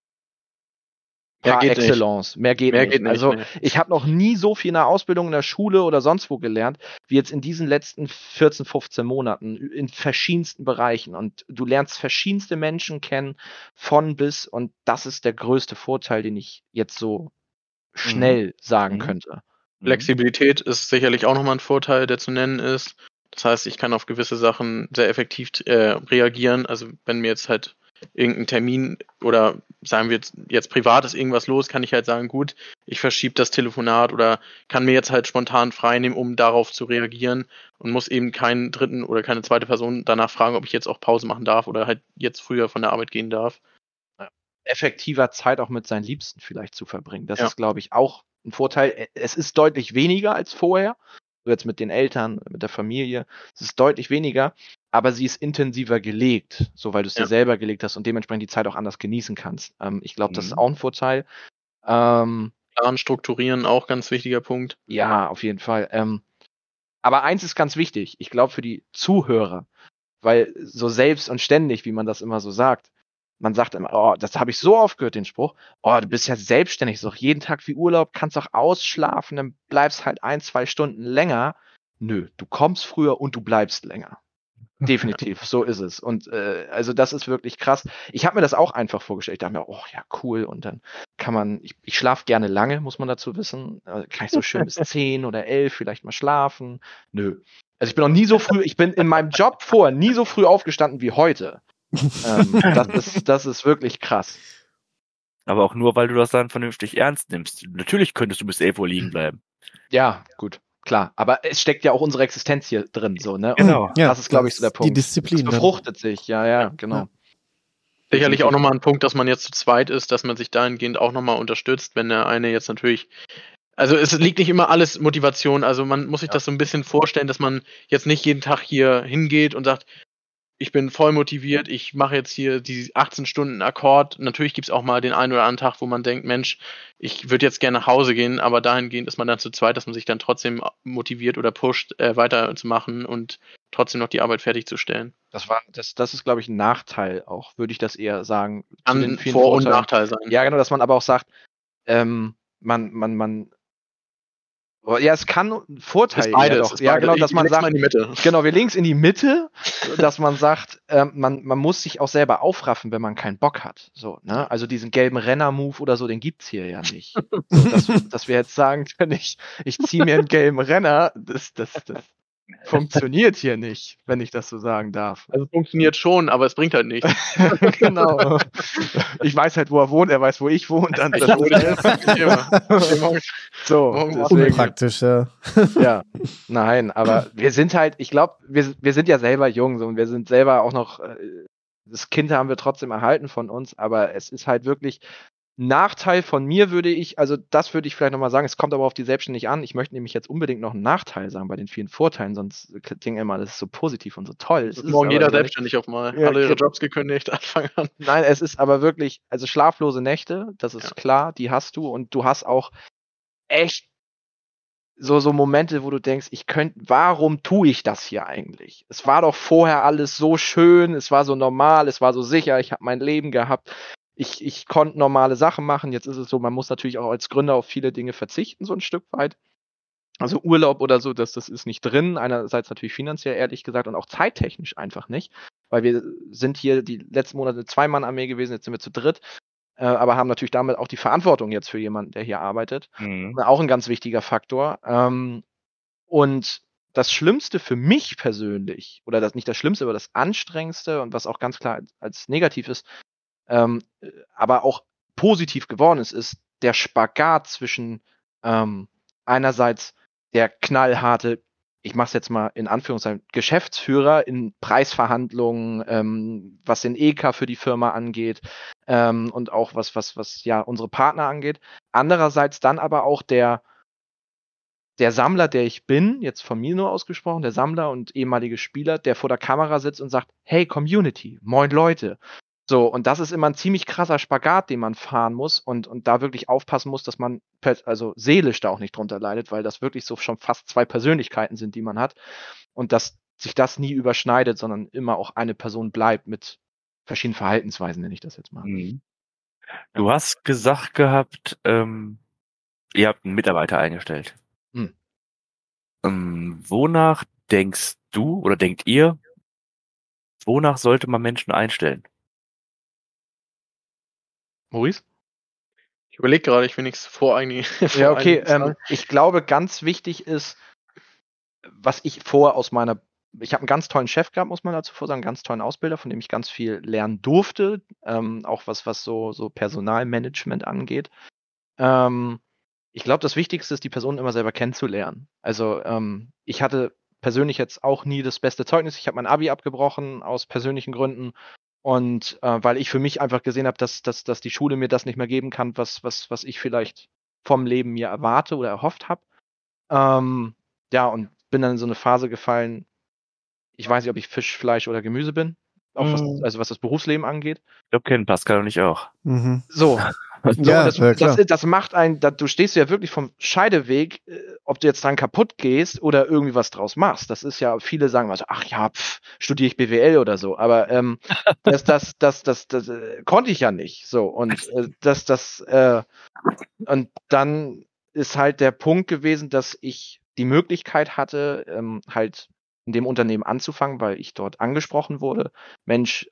Speaker 2: par excellence. Mehr geht nicht. Also ich habe noch nie so viel in der Ausbildung, in der Schule oder sonst wo gelernt, wie jetzt in diesen letzten 14, 15 Monaten in verschiedensten Bereichen. Und du lernst verschiedenste Menschen kennen, von bis. Und das ist der größte Vorteil, den ich jetzt so schnell sagen könnte.
Speaker 3: Flexibilität ist sicherlich auch nochmal ein Vorteil, der zu nennen ist. Das heißt, ich kann auf gewisse Sachen sehr effektiv reagieren. Also wenn mir jetzt halt irgendein Termin oder sagen wir jetzt privat ist irgendwas los, kann ich halt sagen, gut, ich verschiebe das Telefonat oder kann mir jetzt halt spontan freinehmen, um darauf zu reagieren und muss eben keinen dritten oder keine zweite Person danach fragen, ob ich jetzt auch Pause machen darf oder halt jetzt früher von der Arbeit gehen darf.
Speaker 2: Effektiver Zeit auch mit seinen Liebsten vielleicht zu verbringen. Das ist, glaube ich, auch ein Vorteil. Es ist deutlich weniger als vorher. Jetzt mit den Eltern, mit der Familie. Es ist deutlich weniger, aber sie ist intensiver gelegt, so weil du es dir selber gelegt hast und dementsprechend die Zeit auch anders genießen kannst. Ich glaube, das ist auch ein Vorteil.
Speaker 3: Plan strukturieren, auch ganz wichtiger Punkt.
Speaker 2: Ja, auf jeden Fall. Aber eins ist ganz wichtig, ich glaube für die Zuhörer, weil so selbst und ständig, wie man das immer so sagt, man sagt immer, oh, das habe ich so oft gehört, den Spruch, oh, du bist ja selbstständig, ist doch jeden Tag wie Urlaub, kannst auch ausschlafen, dann bleibst halt 1-2 Stunden länger. Nö, du kommst früher und du bleibst länger. Definitiv, so ist es. Und also das ist wirklich krass. Ich habe mir das auch einfach vorgestellt. Ich dachte mir, oh ja, cool. Und dann kann man, ich schlafe gerne lange, muss man dazu wissen. Kann ich so schön bis 10 oder 11 vielleicht mal schlafen. Nö. Also ich bin noch nie so früh, ich bin in meinem Job vorher nie so früh aufgestanden wie heute. Das ist wirklich krass.
Speaker 1: Aber auch nur, weil du das dann vernünftig ernst nimmst. Natürlich könntest du bis 11 Uhr liegen bleiben.
Speaker 2: Ja, gut, klar. Aber es steckt ja auch unsere Existenz hier drin, so, ne?
Speaker 1: Genau.
Speaker 2: Und das ist, glaube ich, so der Punkt.
Speaker 4: Die Disziplin.
Speaker 2: Das befruchtet sich, ja, genau. Ja.
Speaker 3: Sicherlich auch nochmal ein Punkt, dass man jetzt zu zweit ist, dass man sich dahingehend auch nochmal unterstützt, wenn der eine jetzt natürlich, also es liegt nicht immer alles Motivation, also man muss sich das so ein bisschen vorstellen, dass man jetzt nicht jeden Tag hier hingeht und sagt, ich bin voll motiviert, ich mache jetzt hier die 18 Stunden Akkord. Natürlich gibt es auch mal den einen oder anderen Tag, wo man denkt, Mensch, ich würde jetzt gerne nach Hause gehen, aber dahingehend ist man dann zu zweit, dass man sich dann trotzdem motiviert oder pusht, weiterzumachen und trotzdem noch die Arbeit fertigzustellen.
Speaker 2: Das ist, glaube ich, ein Nachteil auch, würde ich das eher sagen.
Speaker 3: Kann Vor- und Nachteil sein.
Speaker 2: Ja, genau, dass man aber auch sagt, ja, es kann ein Vorteil
Speaker 3: sein.
Speaker 2: Ja, genau, dass man sagt,
Speaker 3: in die Mitte.
Speaker 2: Genau, wir legen es in die Mitte, dass man sagt, man muss sich auch selber aufraffen, wenn man keinen Bock hat. So, ne? Also diesen gelben Renner-Move oder so, den gibt's hier ja nicht. So, dass wir jetzt sagen können, ich ziehe mir einen gelben Renner, das funktioniert hier nicht, wenn ich das so sagen darf.
Speaker 3: Also es funktioniert schon, aber es bringt halt nichts.
Speaker 2: Genau. Ich weiß halt, wo er wohnt, er weiß, wo ich wohne. Dann so,
Speaker 4: unpraktisch, ja.
Speaker 2: Ja, nein, aber wir sind halt, ich glaube, wir sind ja selber jung so, und wir sind selber auch noch, das Kind haben wir trotzdem erhalten von uns, aber es ist halt wirklich Nachteil von mir das würde ich vielleicht nochmal sagen, es kommt aber auf die Selbstständig an. Ich möchte nämlich jetzt unbedingt noch einen Nachteil sagen bei den vielen Vorteilen, sonst klingt immer, das ist so positiv und so toll.
Speaker 3: Es ist morgen jeder selbstständig auf mal. Ja, alle ihre Jobs gekündigt, Anfang an.
Speaker 2: Nein, es ist aber wirklich, also schlaflose Nächte, das ist klar, die hast du und du hast auch echt so Momente, wo du denkst, warum tue ich das hier eigentlich? Es war doch vorher alles so schön, es war so normal, es war so sicher, ich habe mein Leben gehabt. Ich konnte normale Sachen machen. Jetzt ist es so, man muss natürlich auch als Gründer auf viele Dinge verzichten, so ein Stück weit. Also Urlaub oder so, das ist nicht drin. Einerseits natürlich finanziell, ehrlich gesagt, und auch zeittechnisch einfach nicht. Weil wir sind hier die letzten Monate 2-Mann-Armee gewesen, jetzt sind wir zu dritt. Aber haben natürlich damit auch die Verantwortung jetzt für jemanden, der hier arbeitet. Auch ein ganz wichtiger Faktor. Und das Schlimmste für mich persönlich, oder nicht das Schlimmste, aber das Anstrengendste und was auch ganz klar als negativ ist, aber auch positiv geworden ist der Spagat zwischen einerseits der knallharte, ich mache es jetzt mal in Anführungszeichen, Geschäftsführer in Preisverhandlungen, was den EK für die Firma angeht und auch was ja unsere Partner angeht. Andererseits dann aber auch der Sammler, der ich bin, jetzt von mir nur ausgesprochen, der Sammler und ehemalige Spieler, der vor der Kamera sitzt und sagt, hey Community, moin Leute. So, und das ist immer ein ziemlich krasser Spagat, den man fahren muss und da wirklich aufpassen muss, dass man also seelisch da auch nicht drunter leidet, weil das wirklich so schon fast 2 Persönlichkeiten sind, die man hat. Und das sich das nie überschneidet, sondern immer auch eine Person bleibt mit verschiedenen Verhaltensweisen, nenne ich das jetzt mal.
Speaker 1: Mhm. Du hast gesagt gehabt, ihr habt einen Mitarbeiter eingestellt. Wonach denkst du oder denkt ihr, wonach sollte man Menschen einstellen?
Speaker 2: Maurice?
Speaker 3: Ich überlege gerade, ich will nichts voreinigen.
Speaker 2: Ja, okay. Ich glaube, ganz wichtig ist, was ich vorher ich habe einen ganz tollen Chef gehabt, muss man dazu sagen, einen ganz tollen Ausbilder, von dem ich ganz viel lernen durfte, auch was so Personalmanagement angeht. Ich glaube, das Wichtigste ist, die Person immer selber kennenzulernen. Also ich hatte persönlich jetzt auch nie das beste Zeugnis. Ich habe mein Abi abgebrochen aus persönlichen Gründen und weil ich für mich einfach gesehen habe, dass die Schule mir das nicht mehr geben kann, was ich vielleicht vom Leben mir erwarte oder erhofft habe. Ja, und bin dann in so eine Phase gefallen, ich weiß nicht, ob ich Fisch, Fleisch oder Gemüse bin, auch was das Berufsleben angeht.
Speaker 1: Ich glaube, kennen Pascal und ich auch.
Speaker 2: So.
Speaker 4: Ja,
Speaker 2: das macht du stehst ja wirklich vom Scheideweg, ob du jetzt dran kaputt gehst oder irgendwie was draus machst. Das ist ja, viele sagen mal so, ach ja, studiere ich BWL oder so, aber das konnte ich ja nicht. So, und und dann ist halt der Punkt gewesen, dass ich die Möglichkeit hatte, halt in dem Unternehmen anzufangen, weil ich dort angesprochen wurde. Mensch,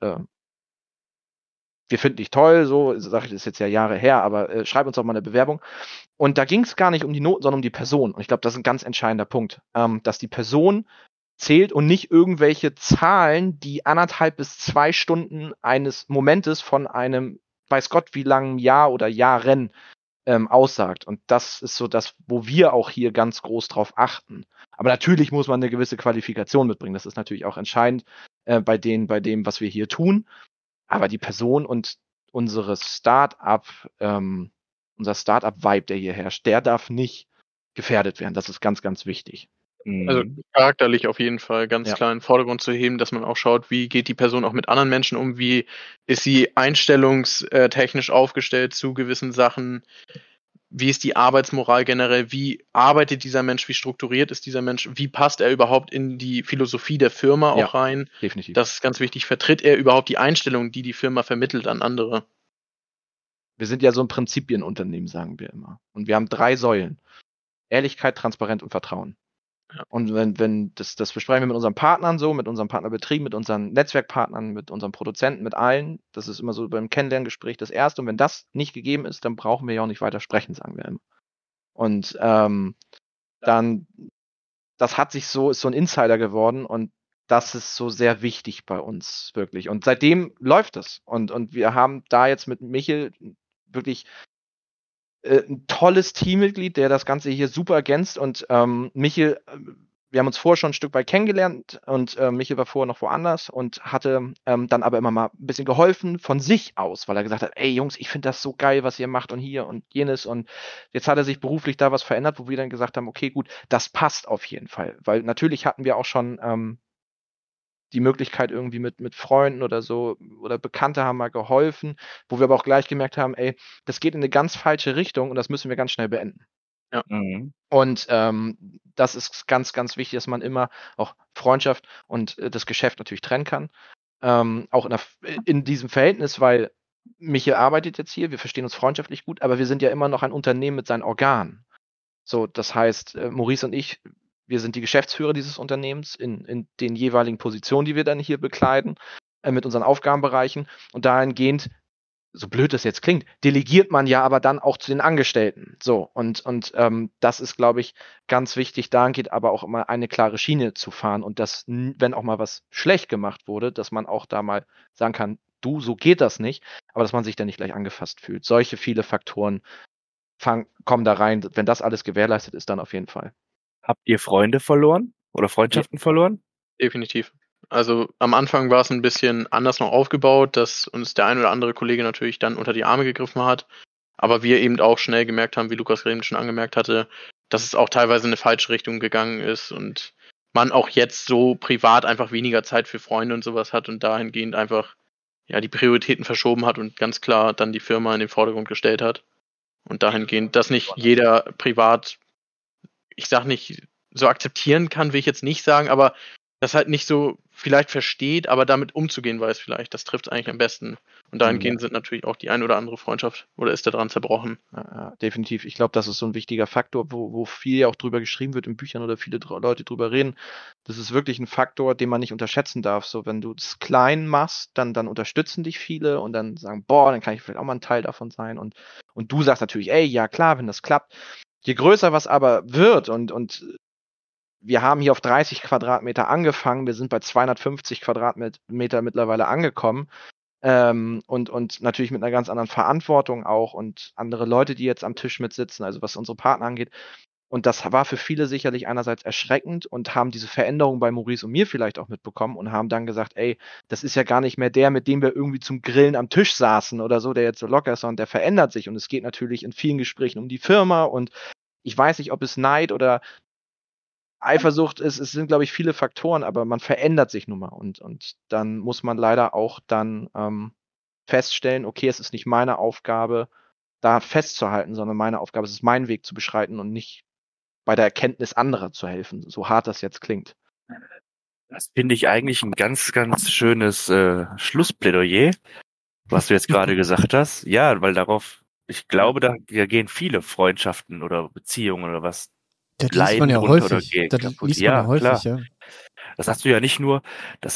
Speaker 2: wir finden dich toll, so, sage ich, das ist jetzt ja Jahre her, aber schreib uns doch mal eine Bewerbung. Und da ging es gar nicht um die Noten, sondern um die Person. Und ich glaube, das ist ein ganz entscheidender Punkt, dass die Person zählt und nicht irgendwelche Zahlen, die 1,5 bis 2 Stunden eines Momentes von einem, weiß Gott wie langen Jahr oder Jahren aussagt. Und das ist so das, wo wir auch hier ganz groß drauf achten. Aber natürlich muss man eine gewisse Qualifikation mitbringen. Das ist natürlich auch entscheidend bei dem, was wir hier tun. Aber die Person und unser Start-up-Vibe, der hier herrscht, der darf nicht gefährdet werden. Das ist ganz, ganz wichtig.
Speaker 3: Also charakterlich auf jeden Fall ganz klar in den Vordergrund zu heben, dass man auch schaut, wie geht die Person auch mit anderen Menschen um, wie ist sie einstellungstechnisch aufgestellt zu gewissen Sachen, wie ist die Arbeitsmoral generell, wie arbeitet dieser Mensch, wie strukturiert ist dieser Mensch, wie passt er überhaupt in die Philosophie der Firma auch rein.
Speaker 2: Definitiv.
Speaker 3: Das ist ganz wichtig. Vertritt er überhaupt die Einstellung, die Firma vermittelt an andere?
Speaker 2: Wir sind ja so ein Prinzipienunternehmen, sagen wir immer. Und wir haben 3 Säulen. Ehrlichkeit, Transparenz und Vertrauen. Ja. Und wenn das besprechen wir mit unseren Partnern so, mit unserem Partnerbetrieb, mit unseren Netzwerkpartnern, mit unseren Produzenten, mit allen. Das ist immer so beim Kennenlerngespräch das Erste. Und wenn das nicht gegeben ist, dann brauchen wir ja auch nicht weiter sprechen, sagen wir immer. Und dann, das ist so ein Insider geworden und das ist so sehr wichtig bei uns, wirklich. Und seitdem läuft es. Und wir haben da jetzt mit Michel wirklich ein tolles Teammitglied, der das Ganze hier super ergänzt. Und Michel, wir haben uns vorher schon ein Stück weit kennengelernt und Michel war vorher noch woanders und hatte dann aber immer mal ein bisschen geholfen von sich aus, weil er gesagt hat, ey Jungs, ich finde das so geil, was ihr macht und hier und jenes. Und jetzt hat er sich beruflich da was verändert, wo wir dann gesagt haben, okay, gut, das passt auf jeden Fall. Weil natürlich hatten wir auch schon die Möglichkeit irgendwie mit Freunden oder so oder Bekannte haben mal geholfen, wo wir aber auch gleich gemerkt haben, ey, das geht in eine ganz falsche Richtung und das müssen wir ganz schnell beenden.
Speaker 3: Ja.
Speaker 2: Und das ist ganz, ganz wichtig, dass man immer auch Freundschaft und das Geschäft natürlich trennen kann. Auch in diesem Verhältnis, weil Michael arbeitet jetzt hier, wir verstehen uns freundschaftlich gut, aber wir sind ja immer noch ein Unternehmen mit seinen Organen. So, das heißt, Maurice und ich, wir sind die Geschäftsführer dieses Unternehmens in den jeweiligen Positionen, die wir dann hier bekleiden, mit unseren Aufgabenbereichen. Und dahingehend, so blöd das jetzt klingt, delegiert man ja aber dann auch zu den Angestellten. So, und das ist, glaube ich, ganz wichtig. Dahingehend aber auch immer eine klare Schiene zu fahren und dass, wenn auch mal was schlecht gemacht wurde, dass man auch da mal sagen kann, du, so geht das nicht, aber dass man sich dann nicht gleich angefasst fühlt. Solche viele Faktoren kommen da rein. Wenn das alles gewährleistet ist, dann auf jeden Fall.
Speaker 1: Habt ihr Freunde verloren oder Freundschaften verloren?
Speaker 3: Definitiv. Also am Anfang war es ein bisschen anders noch aufgebaut, dass uns der ein oder andere Kollege natürlich dann unter die Arme gegriffen hat, aber wir eben auch schnell gemerkt haben, wie Lukas Green schon angemerkt hatte, dass es auch teilweise in eine falsche Richtung gegangen ist und man auch jetzt so privat einfach weniger Zeit für Freunde und sowas hat und dahingehend einfach die Prioritäten verschoben hat und ganz klar dann die Firma in den Vordergrund gestellt hat. Und dahingehend, dass nicht jeder privat, ich sag nicht, so akzeptieren kann, will ich jetzt nicht sagen, aber das halt nicht so vielleicht versteht, aber damit umzugehen weiß vielleicht. Das trifft es eigentlich am besten. Und dahingehend sind natürlich auch die ein oder andere Freundschaft oder ist daran zerbrochen.
Speaker 2: Ja, definitiv. Ich glaube, das ist so ein wichtiger Faktor, wo viel ja auch drüber geschrieben wird in Büchern oder viele Leute drüber reden. Das ist wirklich ein Faktor, den man nicht unterschätzen darf. So, wenn du es klein machst, dann unterstützen dich viele und dann sagen, boah, dann kann ich vielleicht auch mal ein Teil davon sein. Und du sagst natürlich, ey, ja klar, wenn das klappt. Je größer was aber wird und wir haben hier auf 30 Quadratmeter angefangen, wir sind bei 250 Quadratmeter mittlerweile angekommen und natürlich mit einer ganz anderen Verantwortung auch und andere Leute, die jetzt am Tisch mitsitzen, also was unsere Partner angeht. Und das war für viele sicherlich einerseits erschreckend und haben diese Veränderung bei Maurice und mir vielleicht auch mitbekommen und haben dann gesagt, ey, das ist ja gar nicht mehr der, mit dem wir irgendwie zum Grillen am Tisch saßen oder so, der jetzt so locker ist, sondern der verändert sich und es geht natürlich in vielen Gesprächen um die Firma und ich weiß nicht, ob es Neid oder Eifersucht ist, es sind, glaube ich, viele Faktoren, aber man verändert sich nun mal und dann muss man leider auch dann feststellen, okay, es ist nicht meine Aufgabe, da festzuhalten, sondern meine Aufgabe ist es, meinen Weg zu beschreiten und nicht bei der Erkenntnis anderer zu helfen, so hart das jetzt klingt.
Speaker 1: Das finde ich eigentlich ein ganz, ganz schönes Schlussplädoyer, was du jetzt gerade gesagt hast. Ja, weil ich glaube, da gehen viele Freundschaften oder Beziehungen oder was.
Speaker 4: Das liest man ja häufig. Das liest man ja häufig, ja.
Speaker 1: Das hast du ja nicht nur,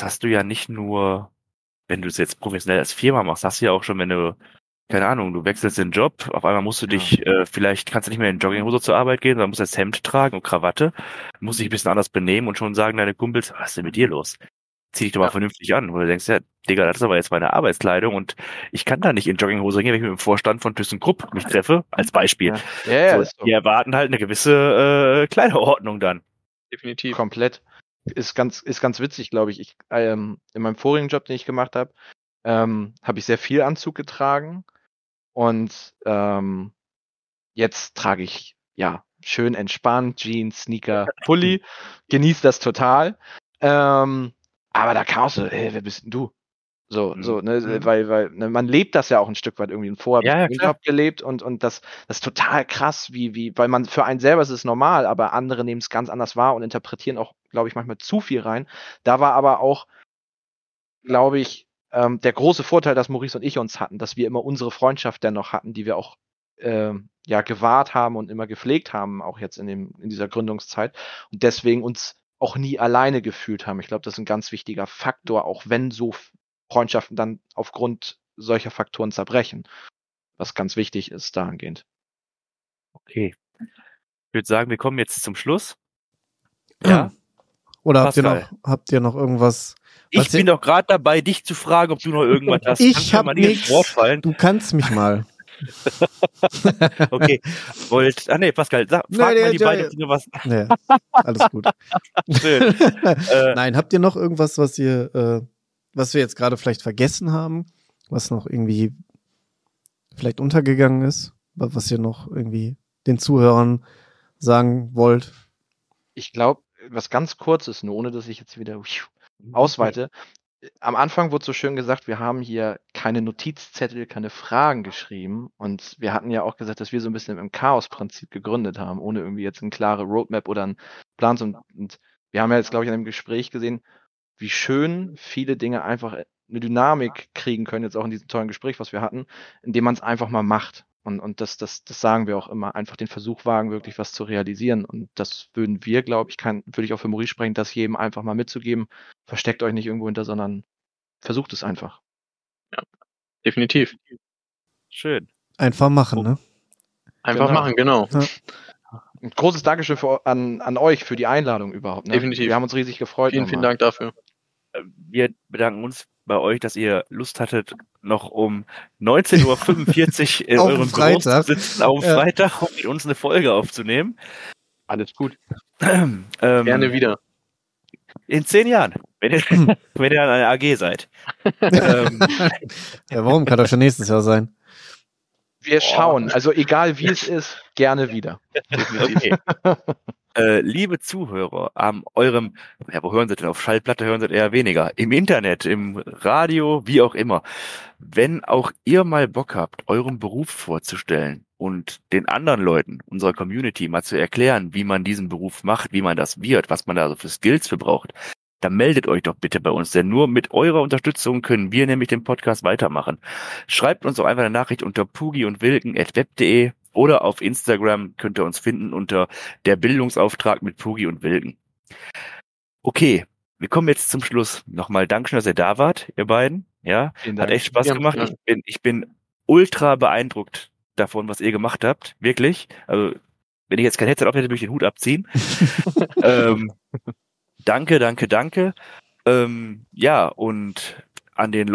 Speaker 1: wenn du es jetzt professionell als Firma machst, hast du ja auch schon, wenn du, keine Ahnung, du wechselst den Job, auf einmal musst du dich, vielleicht kannst du nicht mehr in Jogginghose zur Arbeit gehen, sondern musst jetzt Hemd tragen und Krawatte, musst dich ein bisschen anders benehmen und schon sagen deine Kumpels, was ist denn mit dir los? Zieh dich doch mal vernünftig an, wo du denkst, ja, Digga, das ist aber jetzt meine Arbeitskleidung und ich kann da nicht in Jogginghose gehen, wenn ich mit dem Vorstand von ThyssenKrupp mich treffe, als Beispiel. So. Die erwarten halt eine gewisse Kleiderordnung dann.
Speaker 2: Definitiv. Komplett. Ist ganz witzig, glaube ich. In meinem vorigen Job, den ich gemacht habe, habe ich sehr viel Anzug getragen und jetzt trage ich schön entspannt Jeans, Sneaker, Pulli, genieße das total. Aber da kam auch so, wer bist denn du? Weil man lebt das ja auch ein Stück weit irgendwie. Vorher habe ich den Job gelebt und das ist total krass, weil man für einen selber ist es normal, aber andere nehmen es ganz anders wahr und interpretieren auch, glaube ich, manchmal zu viel rein. Da war aber auch, glaube ich, der große Vorteil, dass Maurice und ich uns hatten, dass wir immer unsere Freundschaft dennoch hatten, die wir auch gewahrt haben und immer gepflegt haben, auch jetzt in dieser Gründungszeit und deswegen uns auch nie alleine gefühlt haben. Ich glaube, das ist ein ganz wichtiger Faktor, auch wenn so Freundschaften dann aufgrund solcher Faktoren zerbrechen, was ganz wichtig ist dahingehend.
Speaker 1: Okay. Ich würde sagen, wir kommen jetzt zum Schluss.
Speaker 4: Ja. Oder habt ihr noch irgendwas?
Speaker 1: Ich bin doch gerade dabei, dich zu fragen, ob du noch irgendwas hast.
Speaker 4: Ich habe nichts. Du kannst mich mal.
Speaker 1: Okay. Pascal, frag mal die beiden, ob du noch was...
Speaker 4: Nee, alles gut.
Speaker 1: Schön.
Speaker 4: Nein, habt ihr noch irgendwas, was wir jetzt gerade vielleicht vergessen haben, was noch irgendwie vielleicht untergegangen ist, was ihr noch irgendwie den Zuhörern sagen wollt?
Speaker 2: Ich glaube, was ganz kurz ist, nur ohne dass ich jetzt wieder ausweite. Am Anfang wurde so schön gesagt, wir haben hier keine Notizzettel, keine Fragen geschrieben und wir hatten ja auch gesagt, dass wir so ein bisschen im Chaos-Prinzip gegründet haben, ohne irgendwie jetzt eine klare Roadmap oder einen Plan. Und wir haben ja jetzt, glaube ich, in einem Gespräch gesehen, wie schön viele Dinge einfach eine Dynamik kriegen können, jetzt auch in diesem tollen Gespräch, was wir hatten, indem man es einfach mal macht. Und das sagen wir auch immer, einfach den Versuch wagen, wirklich was zu realisieren. Und das würden wir, glaube ich, würde ich auch für Maurice sprechen, das jedem einfach mal mitzugeben. Versteckt euch nicht irgendwo hinter, sondern versucht es einfach.
Speaker 3: Ja, definitiv.
Speaker 1: Schön.
Speaker 4: Einfach machen, ne?
Speaker 3: Einfach machen, genau. Ja.
Speaker 2: Ein großes Dankeschön an euch für die Einladung überhaupt. Ne?
Speaker 3: Definitiv.
Speaker 2: Wir haben uns riesig gefreut.
Speaker 3: Vielen Dank dafür.
Speaker 1: Wir bedanken uns bei euch, dass ihr Lust hattet, noch um 19:45 Uhr in eurem Büro zu sitzen, auf Freitag, um mit uns eine Folge aufzunehmen.
Speaker 2: Alles gut.
Speaker 3: Gerne wieder.
Speaker 1: In 10 Jahren, wenn ihr an einer AG seid.
Speaker 4: Ja, warum? Kann doch schon nächstes Jahr sein.
Speaker 2: Wir schauen. Also egal wie es ist, gerne wieder.
Speaker 1: Okay. Liebe Zuhörer, wo hören Sie denn? Auf Schallplatte hören Sie eher weniger. Im Internet, im Radio, wie auch immer. Wenn auch ihr mal Bock habt, euren Beruf vorzustellen und den anderen Leuten, unserer Community, mal zu erklären, wie man diesen Beruf macht, wie man das wird, was man da so für Skills für braucht, dann meldet euch doch bitte bei uns, denn nur mit eurer Unterstützung können wir nämlich den Podcast weitermachen. Schreibt uns doch einfach eine Nachricht unter pugi-und-wilken@web.de oder auf Instagram könnt ihr uns finden unter der Bildungsauftrag mit Pugi und Wilken. Okay, wir kommen jetzt zum Schluss. Nochmal Dankeschön, dass ihr da wart, ihr beiden. Ja, hat echt Spaß gemacht. Ich bin ultra beeindruckt davon, was ihr gemacht habt. Wirklich. Also, wenn ich jetzt kein Headset auf hätte, würde ich den Hut abziehen. Danke. Ja, und an die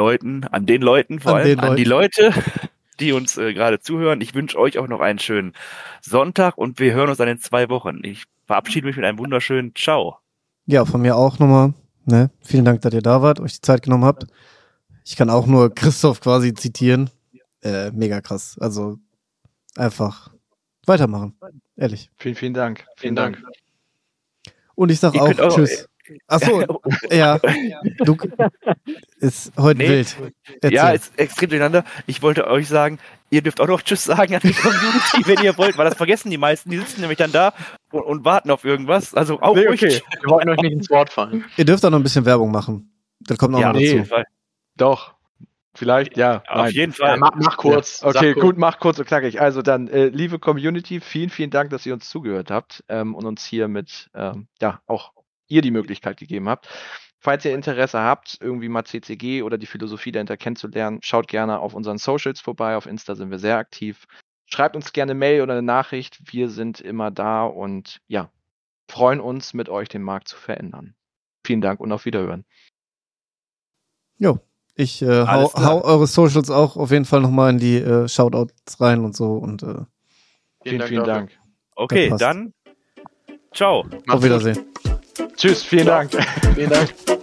Speaker 1: Leute, die uns gerade zuhören. Ich wünsche euch auch noch einen schönen Sonntag und wir hören uns dann in 2 Wochen. Ich verabschiede mich mit einem wunderschönen Ciao.
Speaker 4: Ja, von mir auch nochmal. Ne? Vielen Dank, dass ihr da wart, euch die Zeit genommen habt. Ich kann auch nur Christoph quasi zitieren. Mega krass. Also einfach weitermachen. Ehrlich.
Speaker 2: Vielen Dank. Vielen Dank.
Speaker 4: Und ich sag auch tschüss. Achso, ja. Du ist heute wild. Erzähl.
Speaker 1: Ja, ist extrem durcheinander. Ich wollte euch sagen, ihr dürft auch noch Tschüss sagen an die Community, wenn ihr wollt, weil das vergessen die meisten. Die sitzen nämlich dann da und warten auf irgendwas. Also auch ruhig.
Speaker 3: Okay. Wir wollten euch nicht ins Wort fallen.
Speaker 4: Ihr dürft auch noch ein bisschen Werbung machen. Das kommt noch mal dazu.
Speaker 2: Doch. Vielleicht, ja.
Speaker 1: Auf jeden Fall.
Speaker 3: Ja, mach kurz.
Speaker 2: Ja. Okay, gut, mach kurz und knackig. Also dann, liebe Community, vielen Dank, dass ihr uns zugehört habt und uns hier mit, auch ihr die Möglichkeit gegeben habt. Falls ihr Interesse habt, irgendwie mal CCG oder die Philosophie dahinter kennenzulernen, schaut gerne auf unseren Socials vorbei. Auf Insta sind wir sehr aktiv. Schreibt uns gerne eine Mail oder eine Nachricht. Wir sind immer da und ja, freuen uns, mit euch den Markt zu verändern. Vielen Dank und auf Wiederhören.
Speaker 4: Jo, ich hau eure Socials auch auf jeden Fall nochmal in die Shoutouts rein und so. Und
Speaker 2: vielen Dank.
Speaker 1: Okay, dann ciao.
Speaker 4: Auf Wiedersehen.
Speaker 2: Tschüss, vielen Dank.
Speaker 3: Vielen Dank.